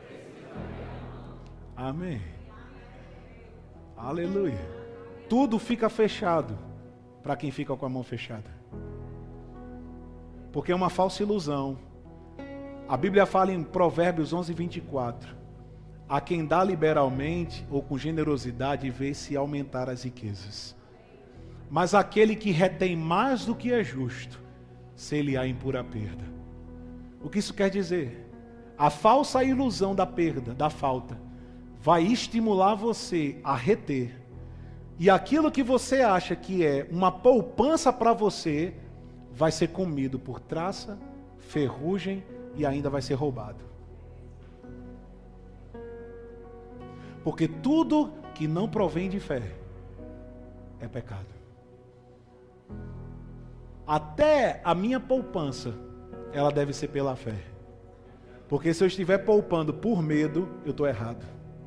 Amém. Aleluia. Tudo fica fechado para quem fica com a mão fechada. Porque é uma falsa ilusão. A Bíblia fala em Provérbios onze, vinte e quatro. A quem dá liberalmente ou com generosidade vê-se aumentar as riquezas. Mas aquele que retém mais do que é justo, se-lhe-á em pura perda. O que isso quer dizer? A falsa ilusão da perda, da falta, vai estimular você a reter. E aquilo que você acha que é uma poupança para você, vai ser comido por traça, ferrugem e ainda vai ser roubado. Porque tudo que não provém de fé é pecado. Até a minha poupança, ela deve ser pela fé. Porque se eu estiver poupando por medo, eu estou errado.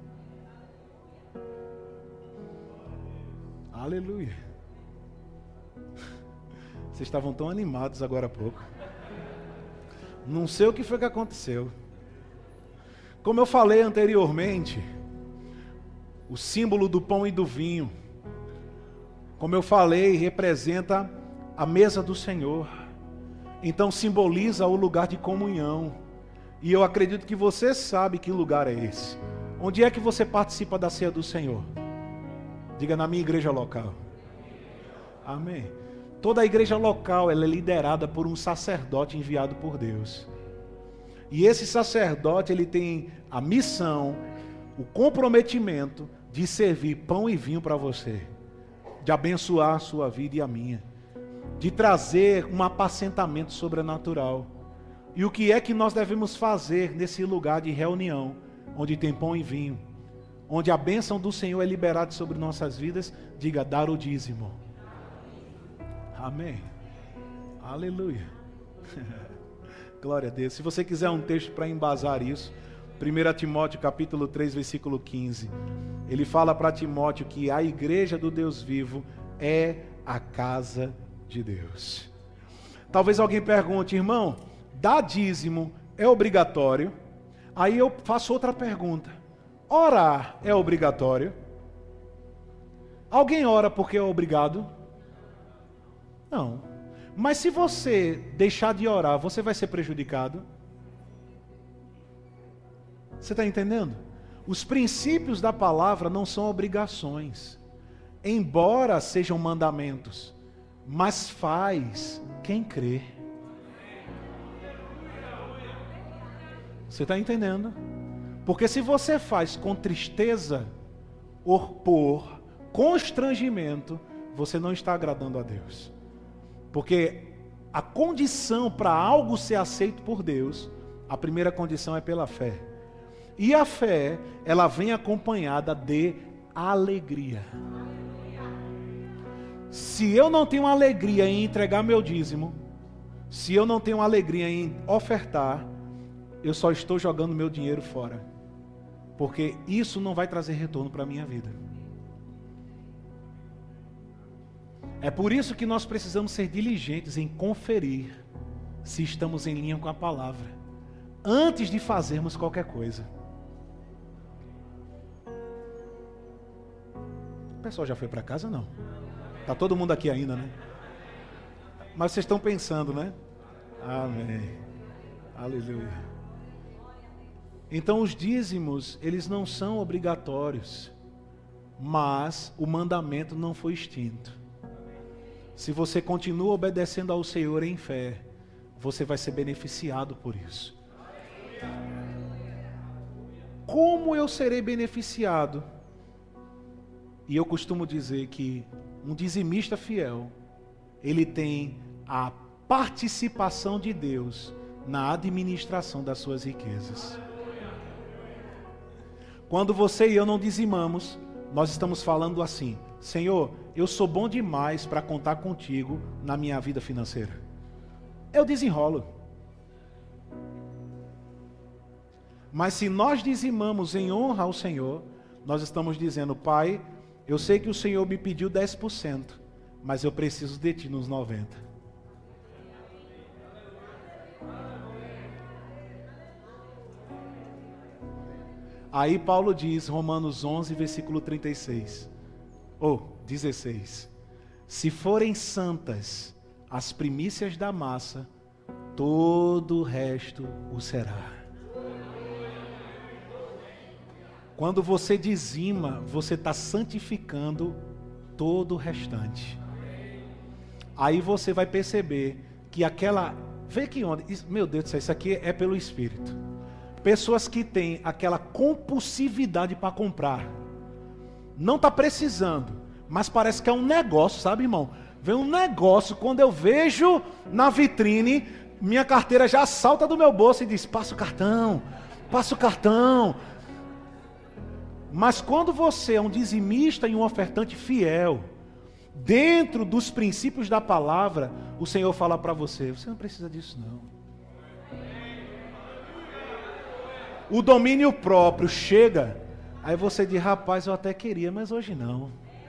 Aleluia. Vocês estavam tão animados agora há pouco. Não sei o que foi que aconteceu. Como eu falei anteriormente, o símbolo do pão e do vinho, como eu falei, representa a mesa do Senhor. Então simboliza o lugar de comunhão. E eu acredito que você sabe que lugar é esse. Onde é que você participa da ceia do Senhor? Diga, na minha igreja local. Amém. Toda a igreja local, ela é liderada por um sacerdote enviado por Deus. E esse sacerdote, ele tem a missão, o comprometimento de servir pão e vinho para você, de abençoar a sua vida e a minha, de trazer um apacentamento sobrenatural. E o que é que nós devemos fazer nesse lugar de reunião, onde tem pão e vinho, onde a bênção do Senhor é liberada sobre nossas vidas? Diga, dar o dízimo. Amém. Aleluia. Glória a Deus. Se você quiser um texto para embasar isso, primeiro Timóteo capítulo três, versículo quinze. Ele fala para Timóteo que a igreja do Deus vivo é a casa de Deus. Talvez alguém pergunte, irmão, dar dízimo é obrigatório? Aí eu faço outra pergunta. Orar é obrigatório? Alguém ora porque é obrigado? Não. Mas se você deixar de orar, você vai ser prejudicado? Você está entendendo? Os princípios da palavra não são obrigações, embora sejam mandamentos, mas faz quem crê. Você está entendendo? Porque se você faz com tristeza ou por constrangimento, você não está agradando a Deus. Porque a condição para algo ser aceito por Deus, a primeira condição é pela fé. E a fé, ela vem acompanhada de alegria. Se eu não tenho alegria em entregar meu dízimo, se eu não tenho alegria em ofertar, eu só estou jogando meu dinheiro fora. Porque isso não vai trazer retorno para a minha vida. É por isso que nós precisamos ser diligentes em conferir se estamos em linha com a palavra, antes de fazermos qualquer coisa. O pessoal já foi para casa, não? Está todo mundo aqui ainda, né? Mas vocês estão pensando, né? Amém. Aleluia. Então os dízimos, eles não são obrigatórios, mas o mandamento não foi extinto. Se você continua obedecendo ao Senhor em fé, você vai ser beneficiado por isso. Como eu serei beneficiado? E eu costumo dizer que um dizimista fiel, ele tem a participação de Deus na administração das suas riquezas. Quando você e eu não dizimamos, nós estamos falando assim: Senhor, eu sou bom demais para contar contigo na minha vida financeira. Eu desenrolo. Mas se nós dizimamos em honra ao Senhor, nós estamos dizendo: Pai, eu sei que o Senhor me pediu dez por cento, mas eu preciso de Ti nos noventa por cento. Aí Paulo diz, Romanos onze, versículo trinta e seis, ou dezesseis: se forem santas as primícias da massa, todo o resto o será. Quando você dizima, você está santificando todo o restante. Aí você vai perceber que aquela... Vê que onda... Meu Deus do céu, isso aqui é pelo Espírito. Pessoas que têm aquela compulsividade para comprar. Não está precisando, mas parece que é um negócio, sabe, irmão? Vem um negócio, quando eu vejo na vitrine, minha carteira já salta do meu bolso e diz, passa o cartão, passa o cartão. Mas quando você é um dizimista e um ofertante fiel, dentro dos princípios da palavra, o Senhor fala para você, você não precisa disso não. O domínio próprio chega, aí você diz, rapaz, eu até queria, mas hoje não.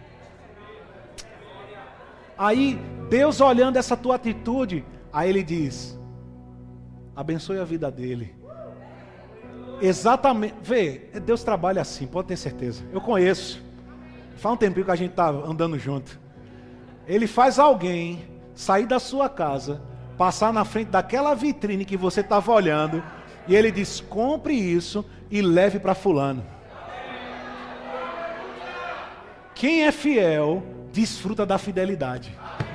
Aí, Deus olhando essa tua atitude, aí Ele diz, abençoe a vida dele. Exatamente, vê, Deus trabalha assim, pode ter certeza. Eu conheço, faz um tempinho que a gente está andando junto. Ele faz alguém sair da sua casa, passar na frente daquela vitrine que você estava olhando, e Ele diz, compre isso e leve para fulano. Quem é fiel, desfruta da fidelidade.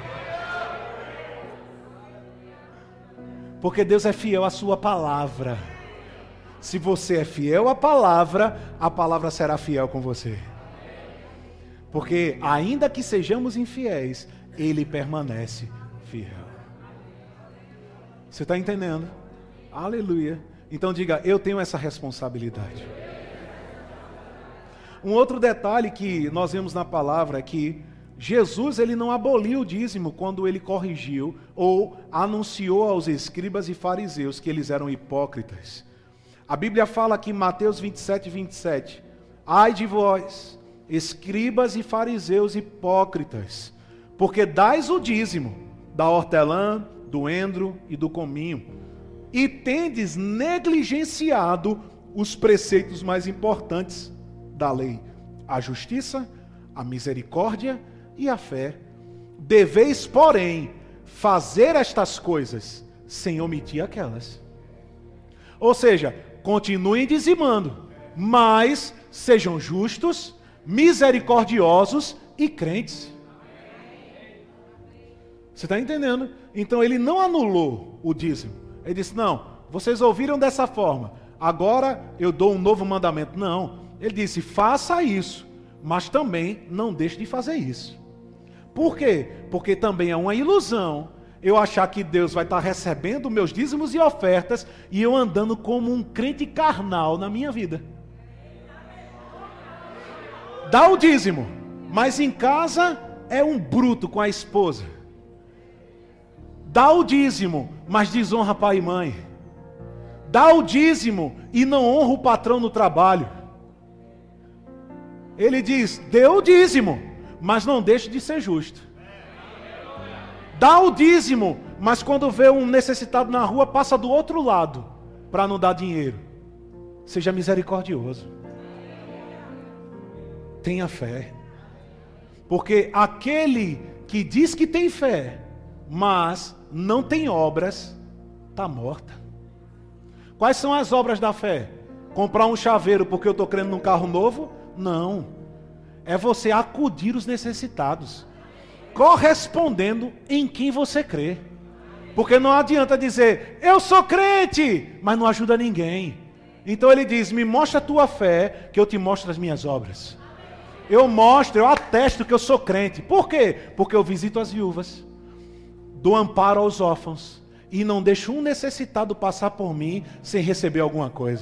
Porque Deus é fiel à sua palavra. Se você é fiel à palavra, a palavra será fiel com você. Porque ainda que sejamos infiéis, Ele permanece fiel. Você está entendendo? Aleluia. Então diga, eu tenho essa responsabilidade. Um outro detalhe que nós vemos na palavra é que Jesus ele não aboliu o dízimo quando ele corrigiu ou anunciou aos escribas e fariseus que eles eram hipócritas. A Bíblia fala aqui em Mateus vinte e sete, vinte e sete, ai de vós, escribas e fariseus hipócritas, porque dais o dízimo da hortelã, do endro e do cominho, e tendes negligenciado os preceitos mais importantes da lei, a justiça, a misericórdia e a fé. Deveis, porém, fazer estas coisas sem omitir aquelas. Ou seja, continuem dizimando, mas sejam justos, misericordiosos e crentes. Você está entendendo? Então ele não anulou o dízimo. Ele disse, não, vocês ouviram dessa forma, agora eu dou um novo mandamento. Não, ele disse, faça isso, mas também não deixe de fazer isso. Por quê? Porque também é uma ilusão eu achar que Deus vai estar recebendo meus dízimos e ofertas e eu andando como um crente carnal na minha vida. Dá o dízimo, mas em casa é um bruto com a esposa. Dá o dízimo, mas desonra pai e mãe. Dá o dízimo e não honra o patrão no trabalho. Ele diz, dê o dízimo, mas não deixe de ser justo. Dá o dízimo, mas quando vê um necessitado na rua, passa do outro lado, para não dar dinheiro. Seja misericordioso. Tenha fé. Porque aquele que diz que tem fé, mas não tem obras, está morta. Quais são as obras da fé? Comprar um chaveiro porque eu estou crendo num carro novo? Não. É você acudir os necessitados, correspondendo em quem você crê. Porque não adianta dizer, eu sou crente, mas não ajuda ninguém. Então ele diz, me mostra a tua fé, que eu te mostro as minhas obras. Eu mostro, eu atesto que eu sou crente. Por quê? Porque eu visito as viúvas, dou amparo aos órfãos, e não deixo um necessitado passar por mim sem receber alguma coisa.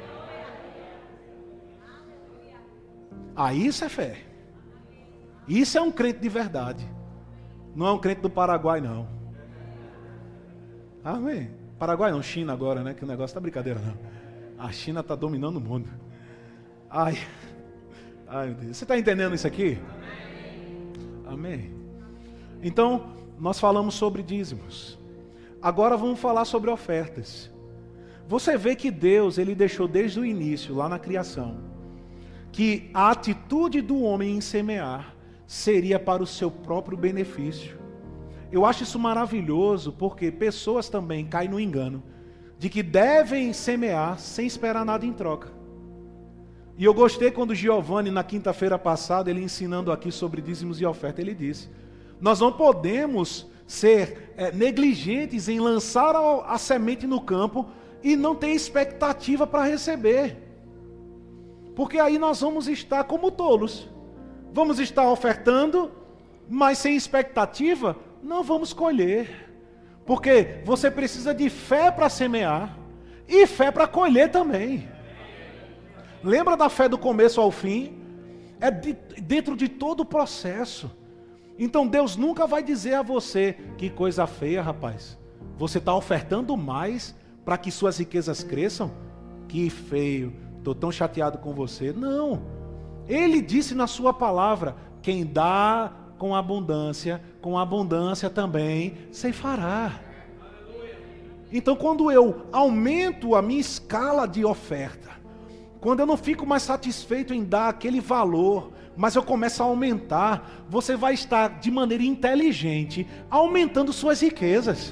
Ah, isso é fé. Isso é um crente de verdade. Não é um crente do Paraguai, não. Amém. Paraguai não, China agora, né? Que o negócio tá brincadeira, não. A China está dominando o mundo. Ai, ai meu Deus. Você está entendendo isso aqui? Amém. Então, nós falamos sobre dízimos. Agora vamos falar sobre ofertas. Você vê que Deus, Ele deixou desde o início, lá na criação, que a atitude do homem em semear seria para o seu próprio benefício. eu acho isso maravilhoso, porque pessoas também caem no engano de que devem semear sem esperar nada em troca. E eu gostei quando o Giovanni, na quinta-feira passada, ele ensinando aqui sobre dízimos e oferta, ele disse: nós não podemos ser é, negligentes em lançar a, a semente no campo e não ter expectativa para receber. Porque aí nós vamos estar como tolos. Vamos estar ofertando, mas sem expectativa, não vamos colher. Porque você precisa de fé para semear e fé para colher também. Lembra da fé do começo ao fim? É de, dentro de todo o processo. Então Deus nunca vai dizer a você: que coisa feia, rapaz, você está ofertando mais para que suas riquezas cresçam? Que feio, estou tão chateado com você. Não, Ele disse na sua palavra: quem dá com abundância, com abundância também ceifará. Então quando eu aumento a minha escala de oferta, quando eu não fico mais satisfeito em dar aquele valor, mas eu começo a aumentar, você vai estar de maneira inteligente aumentando suas riquezas.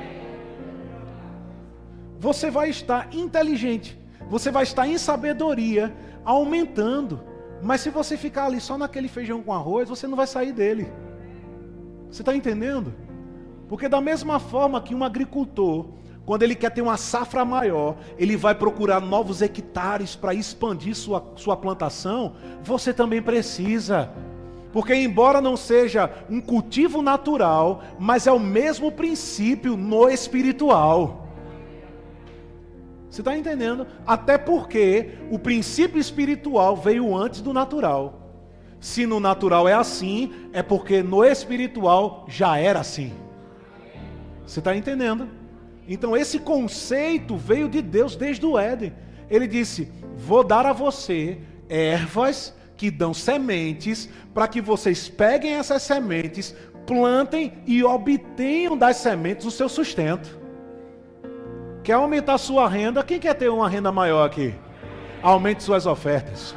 Você vai estar inteligente, você vai estar em sabedoria, aumentando. Mas se você ficar ali só naquele feijão com arroz, você não vai sair dele. Você está entendendo? Porque da mesma forma que um agricultor, quando ele quer ter uma safra maior, ele vai procurar novos hectares para expandir sua, sua plantação, você também precisa. Porque embora não seja um cultivo natural, mas é o mesmo princípio no espiritual. Você está entendendo? Até porque o princípio espiritual veio antes do natural. Se no natural é assim, é porque no espiritual já era assim. Você está entendendo? Então esse conceito veio de Deus desde o Éden. Ele disse: vou dar a você ervas que dão sementes, para que vocês peguem essas sementes, plantem e obtenham das sementes o seu sustento. Quer aumentar a sua renda? Quem quer ter uma renda maior aqui? Aumente suas ofertas.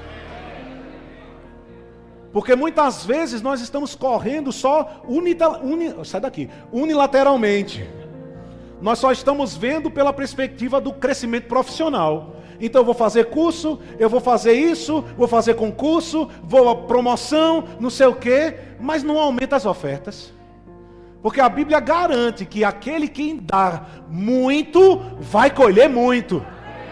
Porque muitas vezes nós estamos correndo só unita, uni, sai daqui, unilateralmente. Nós só estamos vendo pela perspectiva do crescimento profissional. Então eu vou fazer curso, eu vou fazer isso, vou fazer concurso, vou a promoção, não sei o quê, mas não aumenta as ofertas. Porque a Bíblia garante que aquele que dá muito, vai colher muito.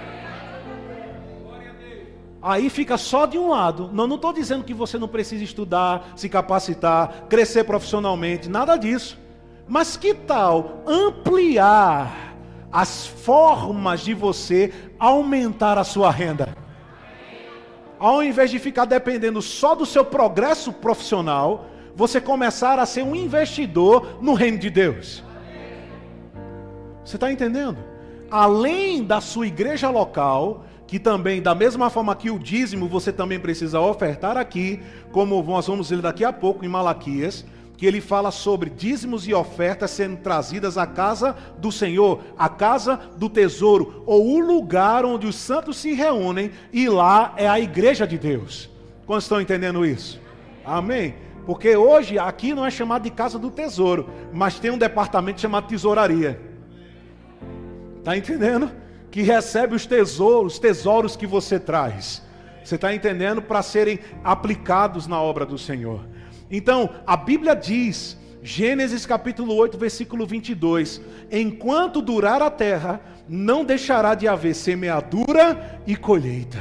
Aí fica só de um lado. Não, não estou dizendo que você não precisa estudar, se capacitar, crescer profissionalmente, nada disso. Mas que tal ampliar as formas de você aumentar a sua renda? Ao invés de ficar dependendo só do seu progresso profissional, você começar a ser um investidor no reino de Deus. Você está entendendo? Além da sua igreja local, que também, da mesma forma que o dízimo, você também precisa ofertar aqui, como nós vamos ler daqui a pouco em Malaquias, que ele fala sobre dízimos e ofertas sendo trazidas à casa do Senhor, à casa do tesouro, ou o lugar onde os santos se reúnem, e lá é a igreja de Deus. Quantos estão entendendo isso? Amém? Porque hoje aqui não é chamado de casa do tesouro, mas tem um departamento chamado tesouraria. Está entendendo? Que recebe os tesouros, os tesouros que você traz. Você está entendendo? Para serem aplicados na obra do Senhor. Então, a Bíblia diz, Gênesis capítulo oito, versículo vinte e dois, enquanto durar a terra, não deixará de haver semeadura e colheita.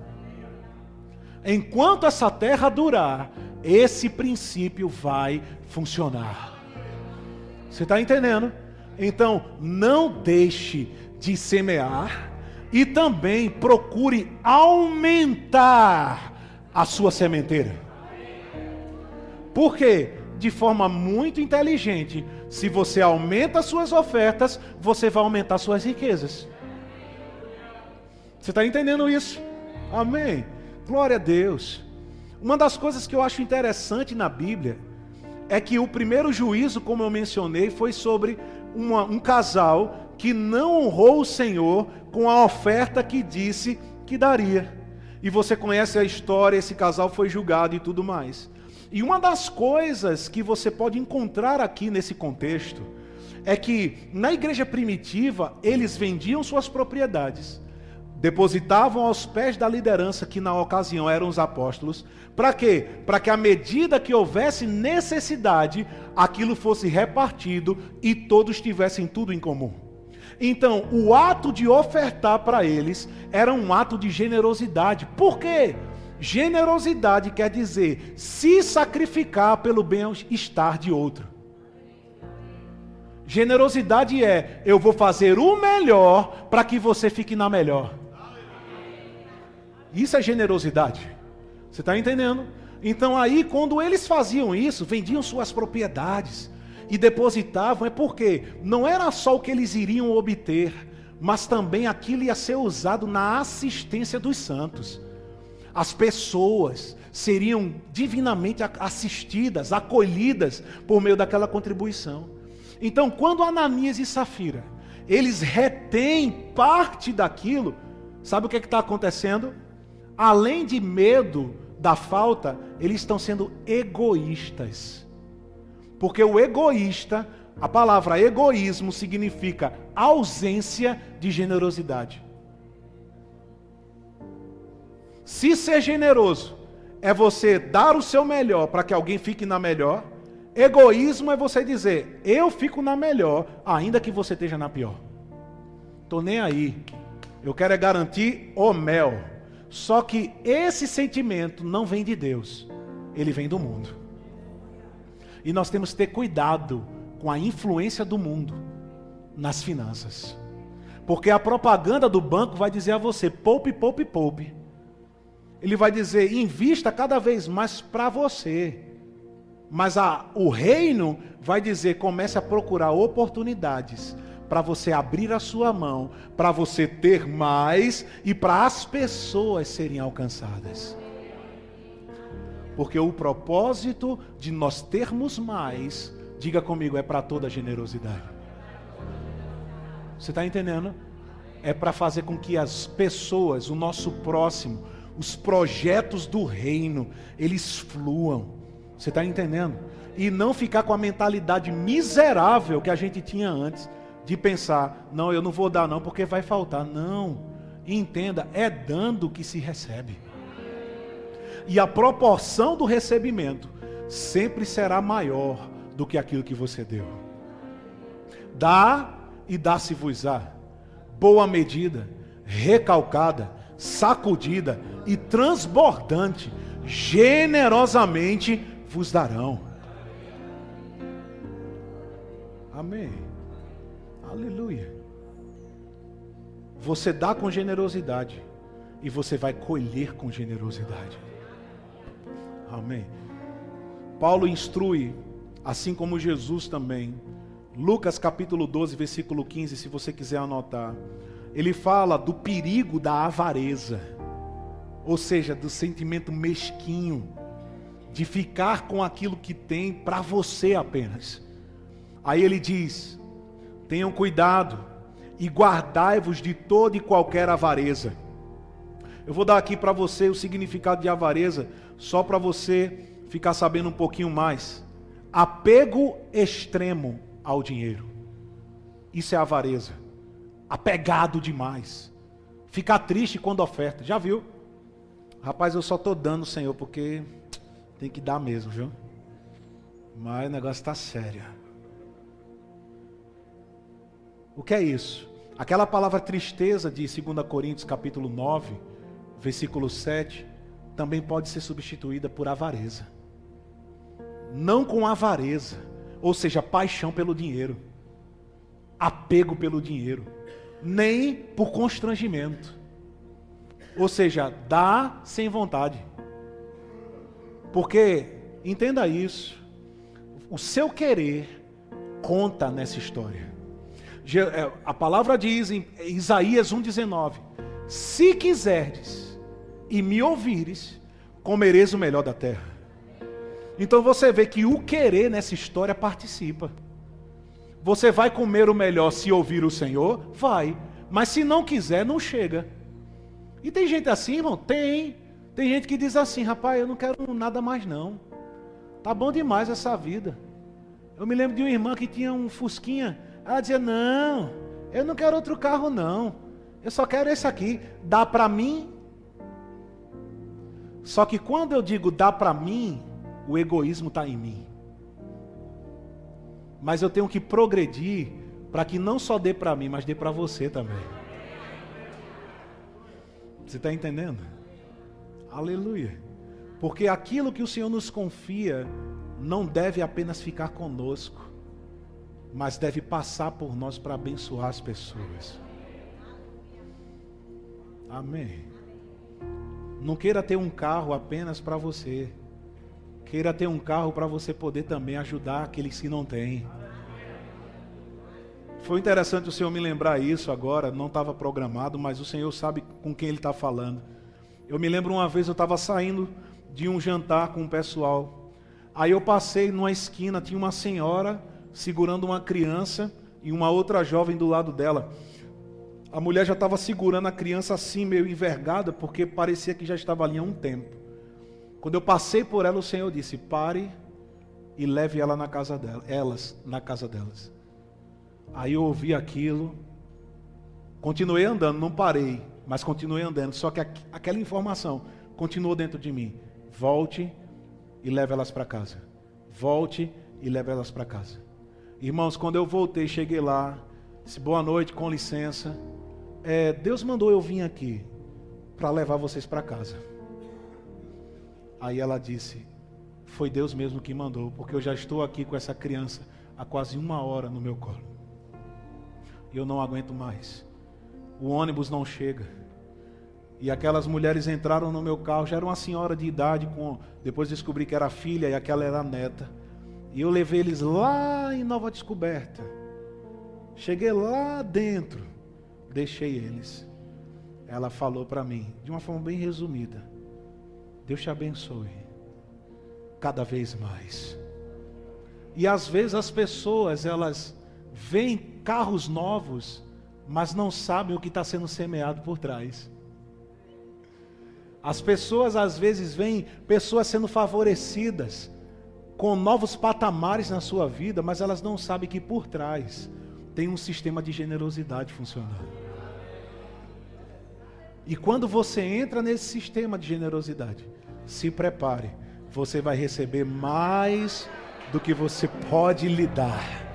Enquanto essa terra durar, esse princípio vai funcionar. Você está entendendo? Então, não deixe de semear e também procure aumentar a sua sementeira. Por quê? De forma muito inteligente, se você aumenta as suas ofertas, você vai aumentar suas riquezas. Você está entendendo isso? Amém? Glória a Deus. Uma das coisas que eu acho interessante na Bíblia é que o primeiro juízo, como eu mencionei, foi sobre uma, um casal que não honrou o Senhor com a oferta que disse que daria. E você conhece a história, esse casal foi julgado e tudo mais. E uma das coisas que você pode encontrar aqui nesse contexto é que na igreja primitiva eles vendiam suas propriedades, depositavam aos pés da liderança, que na ocasião eram os apóstolos. Para quê? Para que à medida que houvesse necessidade, aquilo fosse repartido e todos tivessem tudo em comum. Então, o ato de ofertar para eles era um ato de generosidade. Por quê? Generosidade quer dizer se sacrificar pelo bem-estar de outro. Generosidade é, eu vou fazer o melhor para que você fique na melhor. Isso é generosidade. Você está entendendo? Então aí, quando eles faziam isso, vendiam suas propriedades e depositavam, é porque não era só o que eles iriam obter, mas também aquilo ia ser usado na assistência dos santos. As pessoas seriam divinamente assistidas, acolhidas por meio daquela contribuição. Então, quando Ananias e Safira, eles retêm parte daquilo, sabe o que está acontecendo? Além de medo da falta, eles estão sendo egoístas. Porque o egoísta, a palavra egoísmo significa ausência de generosidade. Se ser generoso é você dar o seu melhor para que alguém fique na melhor, egoísmo é você dizer, eu fico na melhor, ainda que você esteja na pior. Estou nem aí. Eu quero é garantir o mel. Só que esse sentimento não vem de Deus, ele vem do mundo. E nós temos que ter cuidado com a influência do mundo nas finanças. Porque a propaganda do banco vai dizer a você, poupe, poupe, poupe. Ele vai dizer, invista cada vez mais para você. Mas a, o reino vai dizer, comece a procurar oportunidades para você abrir a sua mão, para você ter mais e para as pessoas serem alcançadas. Porque o propósito de nós termos mais, diga comigo, é para toda a generosidade. Você está entendendo? É para fazer com que as pessoas, o nosso próximo, os projetos do reino, eles fluam. Você está entendendo? E não ficar com a mentalidade miserável que a gente tinha antes, de pensar, não, eu não vou dar não, porque vai faltar. Não, entenda, é dando que se recebe. E a proporção do recebimento sempre será maior do que aquilo que você deu. Dá e dá-se-vos-á. Boa medida, recalcada, sacudida e transbordante, generosamente vos darão. Amém. Aleluia. Você dá com generosidade e você vai colher com generosidade. Amém. Paulo instrui, assim como Jesus também. Lucas capítulo doze, versículo quinze, se você quiser anotar. Ele fala do perigo da avareza, ou seja, do sentimento mesquinho, de ficar com aquilo que tem para você apenas. Aí ele diz, tenham cuidado e guardai-vos de toda e qualquer avareza. Eu vou dar aqui para você o significado de avareza, só para você ficar sabendo um pouquinho mais. Apego extremo ao dinheiro. Isso é avareza. Apegado demais. Ficar triste quando oferta. Já viu? Rapaz, eu só estou dando, Senhor, porque tem que dar mesmo, viu? Mas o negócio está sério. O que é isso? Aquela palavra tristeza de dois Coríntios capítulo nove, versículo sete, também pode ser substituída por avareza. Não com avareza, ou seja, paixão pelo dinheiro, apego pelo dinheiro, nem por constrangimento, ou seja, dá sem vontade. Porque, entenda isso, o seu querer conta nessa história. A palavra diz em Isaías um, dezenove, se quiserdes e me ouvires, comereis o melhor da terra. Então você vê que o querer nessa história participa. Você vai comer o melhor se ouvir o Senhor? Vai. Mas se não quiser, não chega. E tem gente assim, irmão? Tem. Tem gente que diz assim, rapaz, eu não quero nada mais não. Tá bom demais essa vida. Eu me lembro de uma irmã que tinha um Fusquinha. Ela dizia, não, eu não quero outro carro não. Eu só quero esse aqui. Dá para mim? Só que quando eu digo dá para mim, o egoísmo está em mim. Mas eu tenho que progredir para que não só dê para mim, mas dê para você também. Você está entendendo? Aleluia. Porque aquilo que o Senhor nos confia não deve apenas ficar conosco, mas deve passar por nós para abençoar as pessoas. Amém. Não queira ter um carro apenas para você. Queira ter um carro para você poder também ajudar aqueles que não têm. Foi interessante o Senhor me lembrar isso agora, não estava programado, mas o Senhor sabe com quem Ele está falando. Eu me lembro uma vez, eu estava saindo de um jantar com o pessoal. Aí eu passei numa esquina, tinha uma senhora segurando uma criança e uma outra jovem do lado dela. A mulher já estava segurando a criança assim, meio envergada, porque parecia que já estava ali há um tempo. Quando eu passei por ela, o Senhor disse, pare e leve ela na casa dela, elas na casa delas. Aí eu ouvi aquilo, continuei andando, não parei, mas continuei andando, só que aquela informação continuou dentro de mim. Volte e leve elas para casa. Volte e leve elas para casa. Irmãos, quando eu voltei, cheguei lá, disse, boa noite, com licença. É, Deus mandou eu vir aqui para levar vocês para casa. Aí ela disse, foi Deus mesmo que mandou, porque eu já estou aqui com essa criança há quase uma hora no meu colo. E eu não aguento mais. O ônibus não chega. E aquelas mulheres entraram no meu carro, já era uma senhora de idade, com... depois descobri que era filha e aquela era a neta. E eu levei eles lá em Nova Descoberta. Cheguei lá dentro. Deixei eles. Ela falou para mim, de uma forma bem resumida, Deus te abençoe, cada vez mais. E às vezes as pessoas, elas veem carros novos, mas não sabem o que está sendo semeado por trás. As pessoas às vezes veem pessoas sendo favorecidas, com novos patamares na sua vida, mas elas não sabem que por trás tem um sistema de generosidade funcionando. E quando você entra nesse sistema de generosidade, se prepare, você vai receber mais do que você pode lhe dar.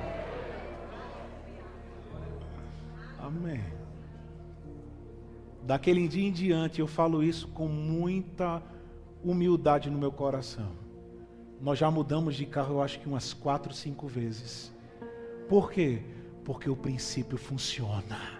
Amém. Daquele dia em diante, eu falo isso com muita humildade no meu coração. Nós já mudamos de carro, eu acho que umas quatro, cinco vezes. Por quê? Porque o princípio funciona.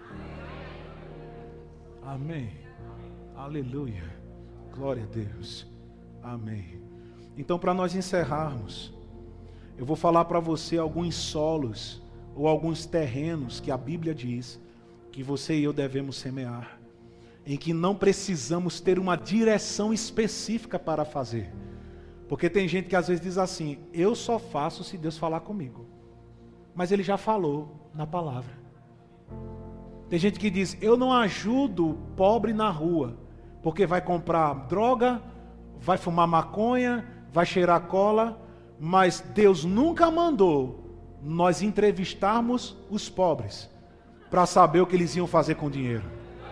Amém. Aleluia. Glória a Deus. Amém. Então, para nós encerrarmos, eu vou falar para você alguns solos ou alguns terrenos que a Bíblia diz que você e eu devemos semear, em que não precisamos ter uma direção específica para fazer. Porque tem gente que às vezes diz assim, eu só faço se Deus falar comigo. Mas Ele já falou na palavra. Tem gente que diz, eu não ajudo o pobre na rua, porque vai comprar droga, vai fumar maconha, vai cheirar cola, mas Deus nunca mandou nós entrevistarmos os pobres, para saber o que eles iam fazer com o dinheiro.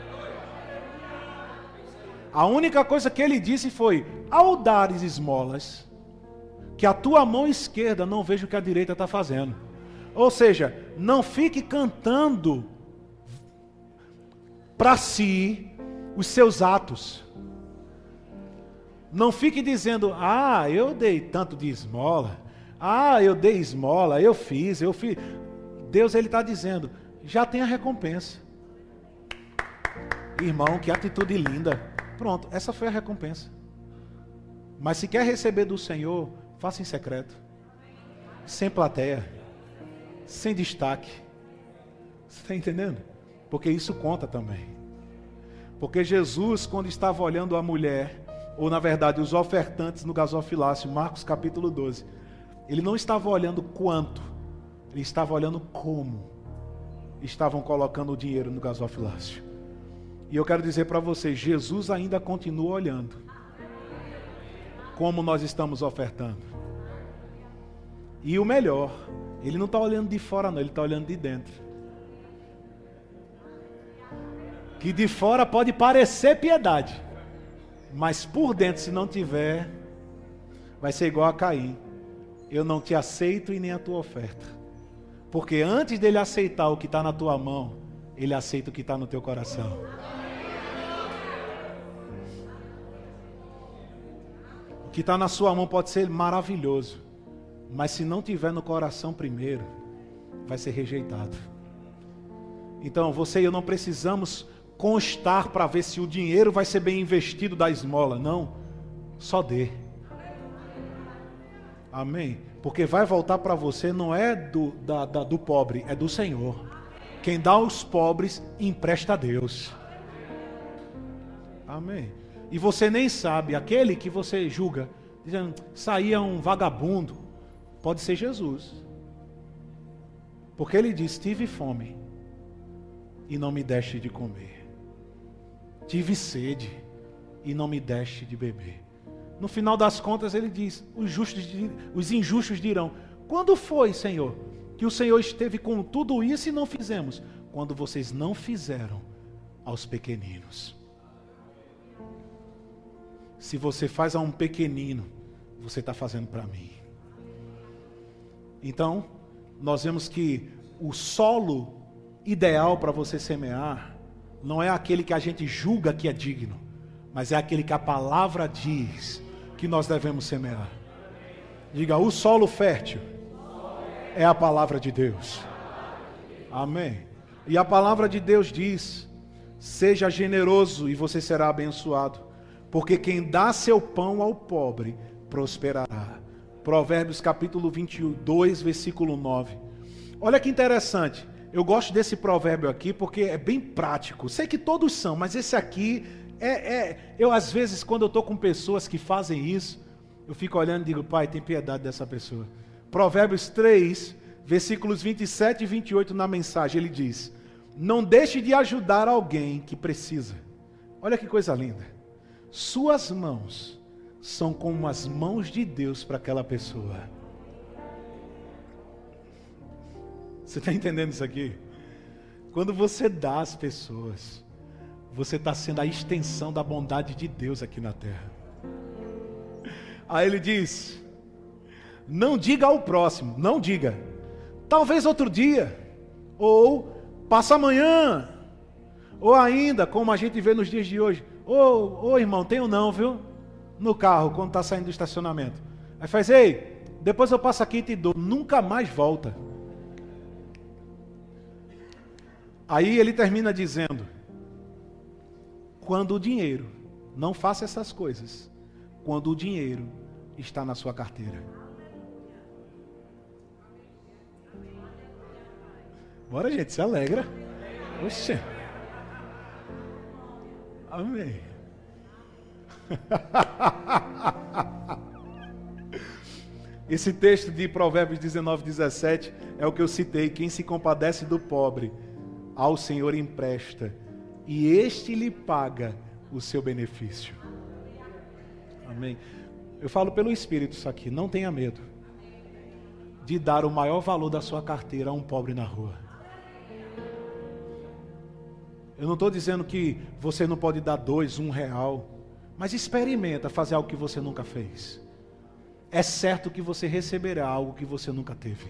A única coisa que Ele disse foi, ao dares esmolas, que a tua mão esquerda não veja o que a direita está fazendo. Ou seja, não fique cantando para si os seus atos. Não fique dizendo, ah, eu dei tanto de esmola, ah, eu dei esmola, eu fiz, eu fiz. Deus, Ele está dizendo, já tem a recompensa. Irmão, que atitude linda. Pronto, essa foi a recompensa. Mas se quer receber do Senhor, faça em secreto, sem plateia, sem destaque. Você está entendendo? Porque isso conta também. Porque Jesus, quando estava olhando a mulher, ou na verdade os ofertantes no gasofilácio, Marcos capítulo doze, Ele não estava olhando quanto, Ele estava olhando como estavam colocando o dinheiro no gasofilácio. E eu quero dizer para vocês, Jesus ainda continua olhando como nós estamos ofertando. E o melhor, Ele não está olhando de fora não, Ele está olhando de dentro. Que de fora pode parecer piedade, mas por dentro, se não tiver, vai ser igual a Caim. Eu não te aceito e nem a tua oferta. Porque antes dele aceitar o que está na tua mão, ele aceita o que está no teu coração. O que está na sua mão pode ser maravilhoso, mas se não tiver no coração primeiro, vai ser rejeitado. Então você e eu não precisamos constar para ver se o dinheiro vai ser bem investido da esmola. Não, só dê. Amém? Porque vai voltar para você, não é do, da, da, do pobre, é do Senhor. Quem dá aos pobres, empresta a Deus. Amém? E você nem sabe, aquele que você julga, dizendo, saía um vagabundo, pode ser Jesus. Porque ele diz, tive fome e não me deste de comer. Tive sede e não me deste de beber. No final das contas ele diz, os, justos, os injustos dirão, quando foi, Senhor, que o Senhor esteve com tudo isso e não fizemos? Quando vocês não fizeram aos pequeninos. Se você faz a um pequenino, você está fazendo para mim. Então, nós vemos que o solo ideal para você semear não é aquele que a gente julga que é digno, mas é aquele que a palavra diz que nós devemos semear. Diga, o solo fértil é a palavra de Deus. Amém. E a palavra de Deus diz, seja generoso e você será abençoado, porque quem dá seu pão ao pobre prosperará. Provérbios capítulo vinte e dois, versículo nove. Olha que interessante. Eu gosto desse provérbio aqui porque é bem prático. Sei que todos são, mas esse aqui é... é eu às vezes, quando eu estou com pessoas que fazem isso, eu fico olhando e digo, Pai, tem piedade dessa pessoa. Provérbios três, versículos vinte e sete e vinte e oito na mensagem, ele diz, não deixe de ajudar alguém que precisa. Olha que coisa linda. Suas mãos são como as mãos de Deus para aquela pessoa. Você está entendendo isso aqui? Quando você dá às pessoas, você está sendo a extensão da bondade de Deus aqui na terra. Aí ele diz, não diga ao próximo, não diga, talvez outro dia, ou passa amanhã, ou ainda, como a gente vê nos dias de hoje, ô, ô irmão, tenho não, viu? No carro, quando está saindo do estacionamento. Aí faz, ei, depois eu passo aqui e te dou, nunca mais volta. Aí ele termina dizendo, quando o dinheiro, não faça essas coisas, quando o dinheiro está na sua carteira. Bora, gente, se alegra. Oxe. Amém. Esse texto de Provérbios dezenove, dezessete é o que eu citei. Quem se compadece do pobre, ao Senhor empresta, e este lhe paga o seu benefício. Amém. Eu falo pelo Espírito isso aqui, não tenha medo de dar o maior valor da sua carteira a um pobre na rua. Eu não estou dizendo que você não pode dar dois, um real, mas experimenta fazer algo que você nunca fez. É certo que você receberá algo que você nunca teve.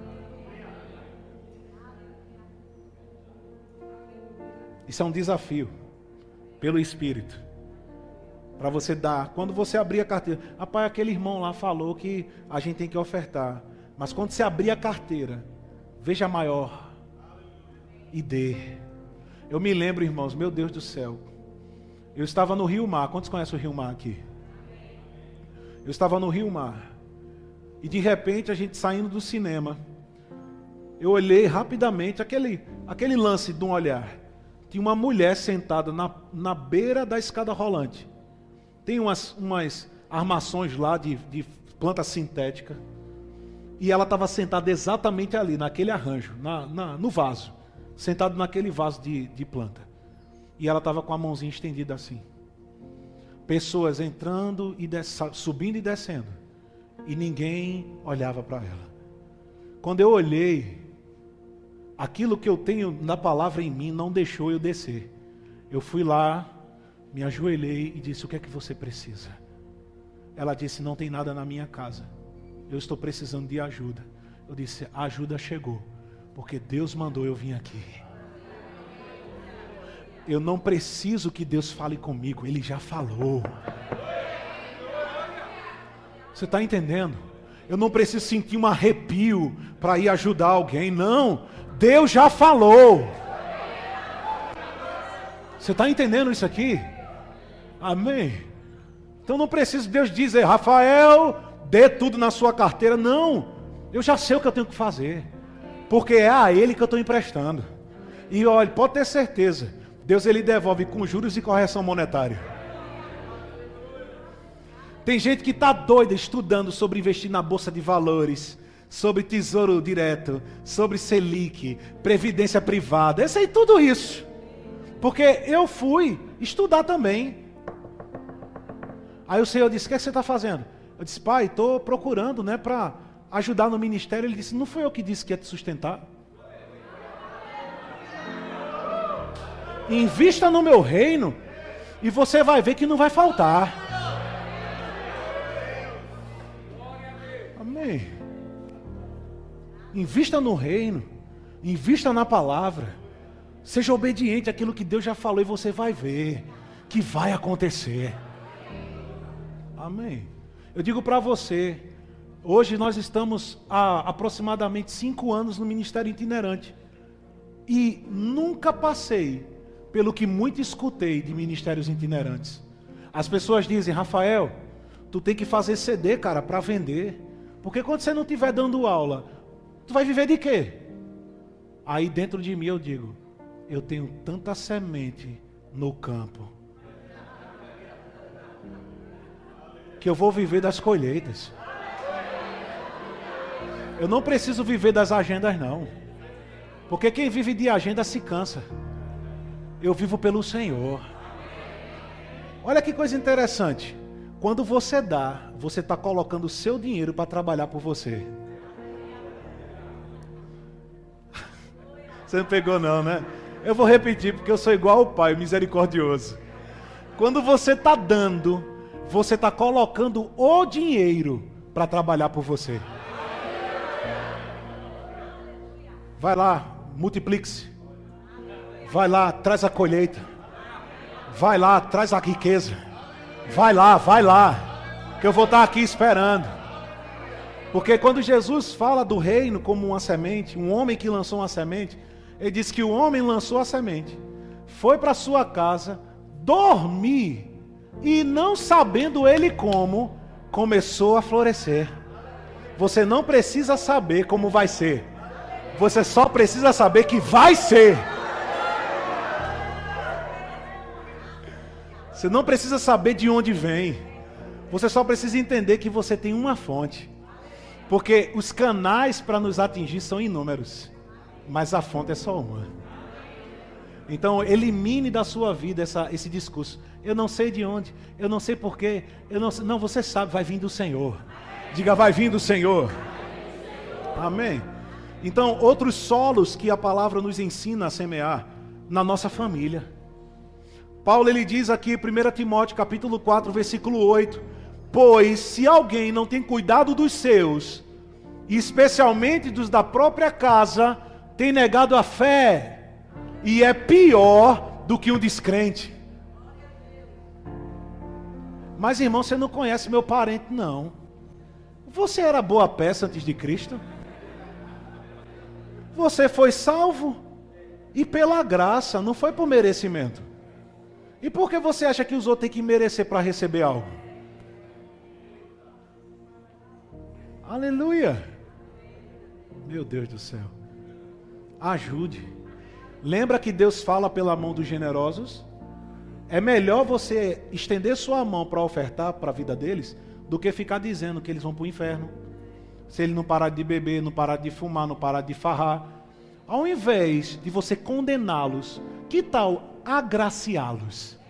Isso é um desafio, pelo Espírito, para você dar. Quando você abrir a carteira, rapaz, aquele irmão lá falou que a gente tem que ofertar, mas quando você abrir a carteira, veja maior e dê. Eu me lembro, irmãos, meu Deus do céu, eu estava no Rio Mar. Quantos conhecem o Rio Mar aqui? Eu estava no Rio Mar, e de repente a gente saindo do cinema, eu olhei rapidamente, aquele, aquele lance de um olhar. Tinha uma mulher sentada na, na beira da escada rolante. Tem umas, umas armações lá de, de planta sintética. E ela estava sentada exatamente ali, naquele arranjo, na, na, no vaso. Sentada naquele vaso de, de planta. E ela estava com a mãozinha estendida assim. Pessoas entrando e des, subindo e descendo. E ninguém olhava para ela. Quando eu olhei, aquilo que eu tenho na palavra em mim não deixou eu descer. Eu fui lá, me ajoelhei e disse: o que é que você precisa? Ela disse: não tem nada na minha casa. Eu estou precisando de ajuda. Eu disse: a ajuda chegou, porque Deus mandou eu vir aqui. Eu não preciso que Deus fale comigo, Ele já falou. Você está entendendo? Eu não preciso sentir um arrepio para ir ajudar alguém, não. Deus já falou. Você está entendendo isso aqui? Amém? Então não preciso Deus dizer: Rafael, dê tudo na sua carteira. Não, eu já sei o que eu tenho que fazer, porque é a Ele que eu estou emprestando. E olha, pode ter certeza, Deus Ele devolve com juros e correção monetária. Tem gente que está doida estudando sobre investir na Bolsa de Valores, sobre Tesouro Direto, sobre Selic, Previdência Privada. Eu sei tudo isso, porque eu fui estudar também. Aí o Senhor disse: o que, é que você está fazendo? Eu disse: pai, estou procurando, né, para ajudar no ministério. Ele disse: não foi eu que disse que ia te sustentar? Invista no meu reino e você vai ver que não vai faltar. Amém. Invista no reino, invista na palavra, seja obediente àquilo que Deus já falou e você vai ver que vai acontecer. Amém. Eu digo para você, hoje nós estamos há aproximadamente cinco anos no ministério itinerante e nunca passei pelo que muito escutei de ministérios itinerantes. As pessoas dizem: Rafael, tu tem que fazer C D, cara, para vender, porque quando você não estiver dando aula, tu vai viver de quê? Aí dentro de mim eu digo: eu tenho tanta semente no campo, que eu vou viver das colheitas. Eu não preciso viver das agendas não, porque quem vive de agenda se cansa. Eu vivo pelo Senhor. Olha que coisa interessante. Quando você dá, você está colocando o seu dinheiro para trabalhar por você. Você não pegou não, né? Eu vou repetir, porque eu sou igual ao Pai, misericordioso. Quando você está dando, você está colocando o dinheiro para trabalhar por você. Vai lá, multiplique-se. Vai lá, traz a colheita. Vai lá, traz a riqueza. Vai lá, vai lá, que eu vou estar aqui esperando. Porque quando Jesus fala do reino como uma semente, um homem que lançou uma semente, ele diz que o homem lançou a semente, foi para sua casa, dormir, e não sabendo ele como, começou a florescer. Você não precisa saber como vai ser, você só precisa saber que vai ser. Você não precisa saber de onde vem, você só precisa entender que você tem uma fonte, porque os canais para nos atingir são inúmeros, mas a fonte é só uma. Então elimine da sua vida essa, esse discurso: eu não sei de onde, eu não sei porquê, eu não sei. Não, você sabe, vai vir do Senhor. Diga: vai vir do Senhor. Amém. Então, outros solos que a palavra nos ensina a semear na nossa família. Paulo ele diz aqui, primeiro Timóteo capítulo quatro, versículo oito: pois se alguém não tem cuidado dos seus, e especialmente dos da própria casa, tem negado a fé, e é pior do que um descrente. Mas irmão, você não conhece meu parente não. Você era boa peça antes de Cristo? Você foi salvo e pela graça, não foi por merecimento. E por que você acha que os outros têm que merecer para receber algo? Aleluia! Meu Deus do céu. Ajude. Lembra que Deus fala pela mão dos generosos? É melhor você estender sua mão para ofertar para a vida deles, do que ficar dizendo que eles vão para o inferno. Se ele não parar de beber, não parar de fumar, não parar de farrar. Ao invés de você condená-los, que tal agraciá-los?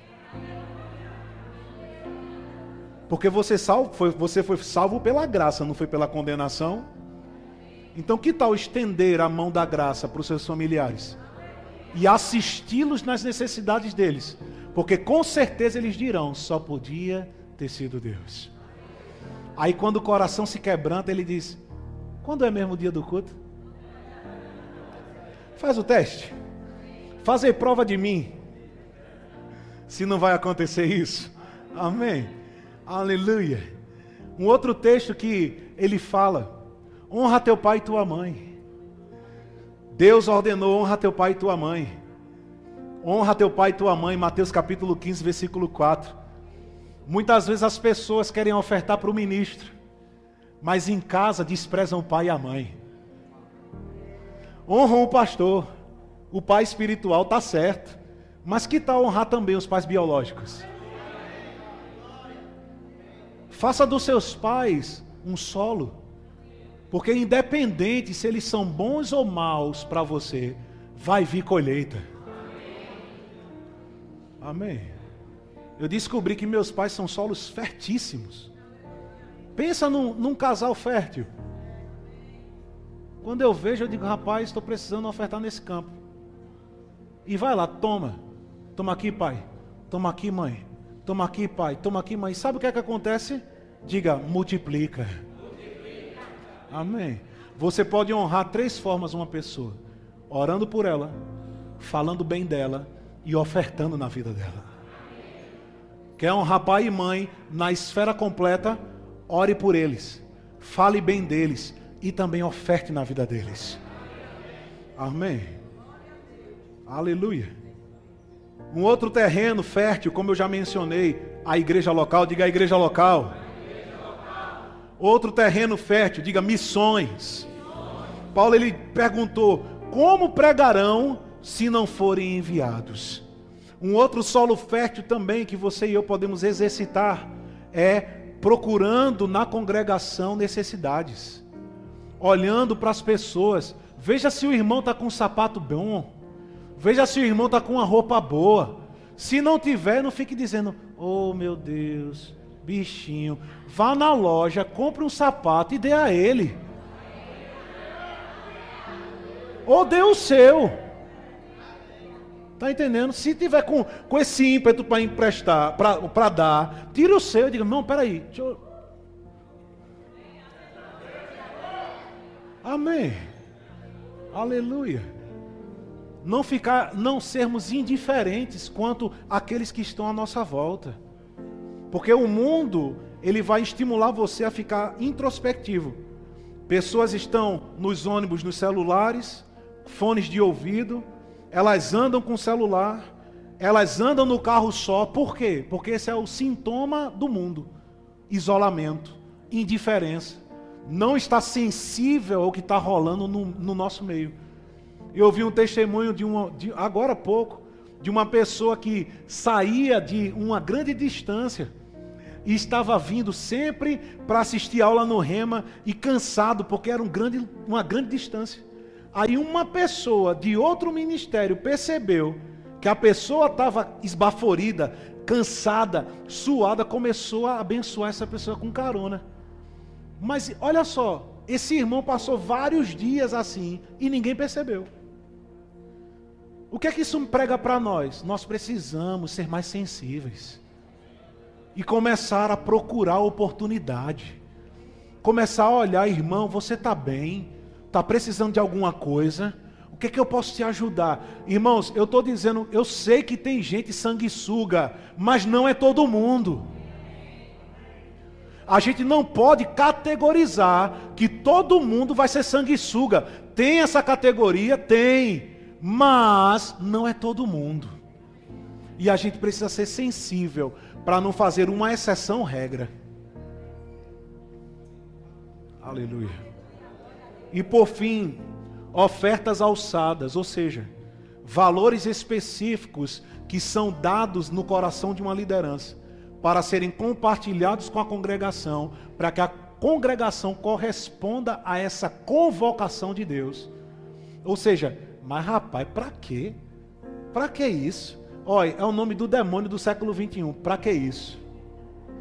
Porque você, salvo, foi, você foi salvo pela graça, não foi pela condenação. Então que tal estender a mão da graça para os seus familiares? E assisti-los nas necessidades deles. Porque com certeza eles dirão, só podia ter sido Deus. Aí quando o coração se quebranta, ele diz, quando é mesmo o dia do culto? Faz o teste. Fazer prova de mim. Se não vai acontecer isso. Amém. Aleluia. Um outro texto que ele fala, honra teu pai e tua mãe. Deus ordenou, honra teu pai e tua mãe. Honra teu pai e tua mãe, Mateus capítulo quinze, versículo quatro. Muitas vezes as pessoas querem ofertar para o ministro, mas em casa desprezam o pai e a mãe. Honram o pastor, o pai espiritual, está certo. Mas que tal honrar também os pais biológicos? Faça dos seus pais um solo. Porque independente se eles são bons ou maus para você, vai vir colheita. Amém. Eu descobri que meus pais são solos fertíssimos. Pensa num, num casal fértil. Quando eu vejo, eu digo, rapaz, estou precisando ofertar nesse campo. E vai lá, toma. Toma aqui, pai. Toma aqui, mãe. Toma aqui, pai. Toma aqui, mãe. Sabe o que é que acontece? Diga, multiplica. multiplica. Amém. Você pode honrar três formas uma pessoa. Orando por ela, falando bem dela e ofertando na vida dela. Quer honrar pai e mãe na esfera completa? Ore por eles. Fale bem deles. E também oferte na vida deles. Amém. Aleluia. Um outro terreno fértil, como eu já mencionei, a igreja local, diga a igreja local. A igreja local. Outro terreno fértil, diga missões. missões. Paulo ele perguntou, como pregarão se não forem enviados? Um outro solo fértil também que você e eu podemos exercitar é procurando na congregação necessidades. Olhando para as pessoas, veja se o irmão está com um sapato bom, veja se o irmão está com uma roupa boa. Se não tiver, não fique dizendo, oh meu Deus, bichinho. Vá na loja, compre um sapato e dê a ele. Ou dê o seu. Está entendendo? Se tiver com, com esse ímpeto para emprestar, para dar, tira o seu e diga, não, peraí, deixa eu... Amém. Aleluia. Não ficar, não sermos indiferentes quanto àqueles que estão à nossa volta. Porque o mundo, ele vai estimular você a ficar introspectivo. Pessoas estão nos ônibus, nos celulares, fones de ouvido, elas andam com celular, elas andam no carro só. Por quê? Porque esse é o sintoma do mundo. Isolamento, indiferença. Não está sensível ao que está rolando no, no nosso meio. Eu ouvi um testemunho de uma, de, agora há pouco, de uma pessoa que saía de uma grande distância e estava vindo sempre para assistir aula no Rema e cansado, porque era um grande, uma grande distância. Aí uma pessoa de outro ministério percebeu que a pessoa estava esbaforida, cansada, suada, começou a abençoar essa pessoa com carona. Mas olha só, esse irmão passou vários dias assim e ninguém percebeu. O que é que isso prega para nós? Nós precisamos ser mais sensíveis e começar a procurar oportunidade. Começar a olhar, irmão, você está bem? Está precisando de alguma coisa? O que é que eu posso te ajudar? Irmãos, eu estou dizendo, eu sei que tem gente sanguessuga, mas não é todo mundo. A gente não pode categorizar que todo mundo vai ser sanguessuga. Tem essa categoria? Tem. Mas não é todo mundo. E a gente precisa ser sensível para não fazer uma exceção regra. Aleluia. E por fim, ofertas alçadas, ou seja, valores específicos que são dados no coração de uma liderança, para serem compartilhados com a congregação, para que a congregação corresponda a essa convocação de Deus. Ou seja, mas rapaz, para quê? Para que isso? Olha, é o nome do demônio do século vinte e um, para que isso?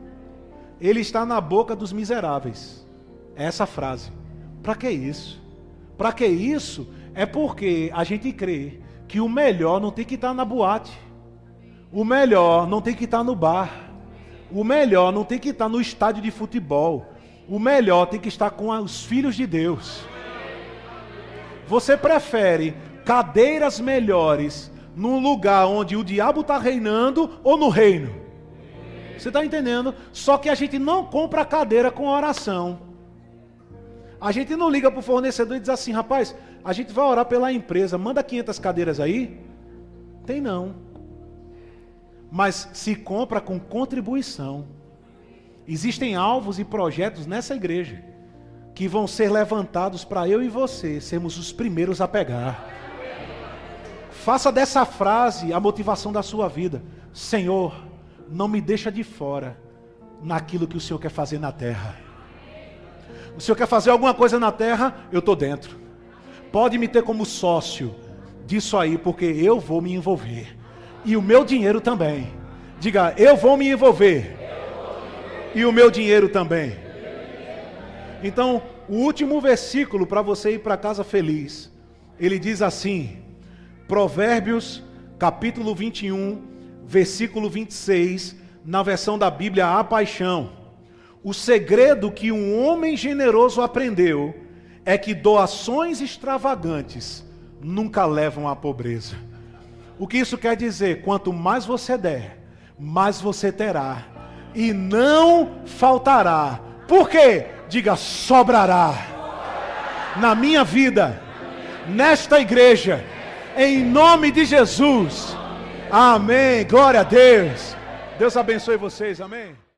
Ele está na boca dos miseráveis, é essa frase, para que isso? Para que isso? É porque a gente crê que o melhor não tem que estar na boate. O melhor não tem que estar no bar. O melhor não tem que estar no estádio de futebol. O melhor tem que estar com os filhos de Deus. Você prefere cadeiras melhores num lugar onde o diabo está reinando ou no reino? Você está entendendo? Só que a gente não compra a cadeira com oração. A gente não liga para o fornecedor e diz assim: rapaz, a gente vai orar pela empresa, manda quinhentas cadeiras aí. Tem não. Mas se compra com contribuição. Existem alvos e projetos nessa igreja que vão ser levantados para eu e você sermos os primeiros a pegar. Faça dessa frase a motivação da sua vida. Senhor, não me deixa de fora naquilo que o Senhor quer fazer na terra. O Senhor quer fazer alguma coisa na terra, eu estou dentro. Pode me ter como sócio disso aí, porque eu vou me envolver. E o meu dinheiro também. Diga, eu vou me envolver. E o meu dinheiro também. Então, o último versículo para você ir para casa feliz. Ele diz assim, Provérbios, capítulo vinte e um, versículo vinte e seis, na versão da Bíblia A Paixão. O segredo que um homem generoso aprendeu é que doações extravagantes nunca levam à pobreza. O que isso quer dizer? Quanto mais você der, mais você terá. E não faltará. Por quê? Diga, sobrará. Na minha vida, nesta igreja, em nome de Jesus. Amém. Glória a Deus. Deus abençoe vocês. Amém.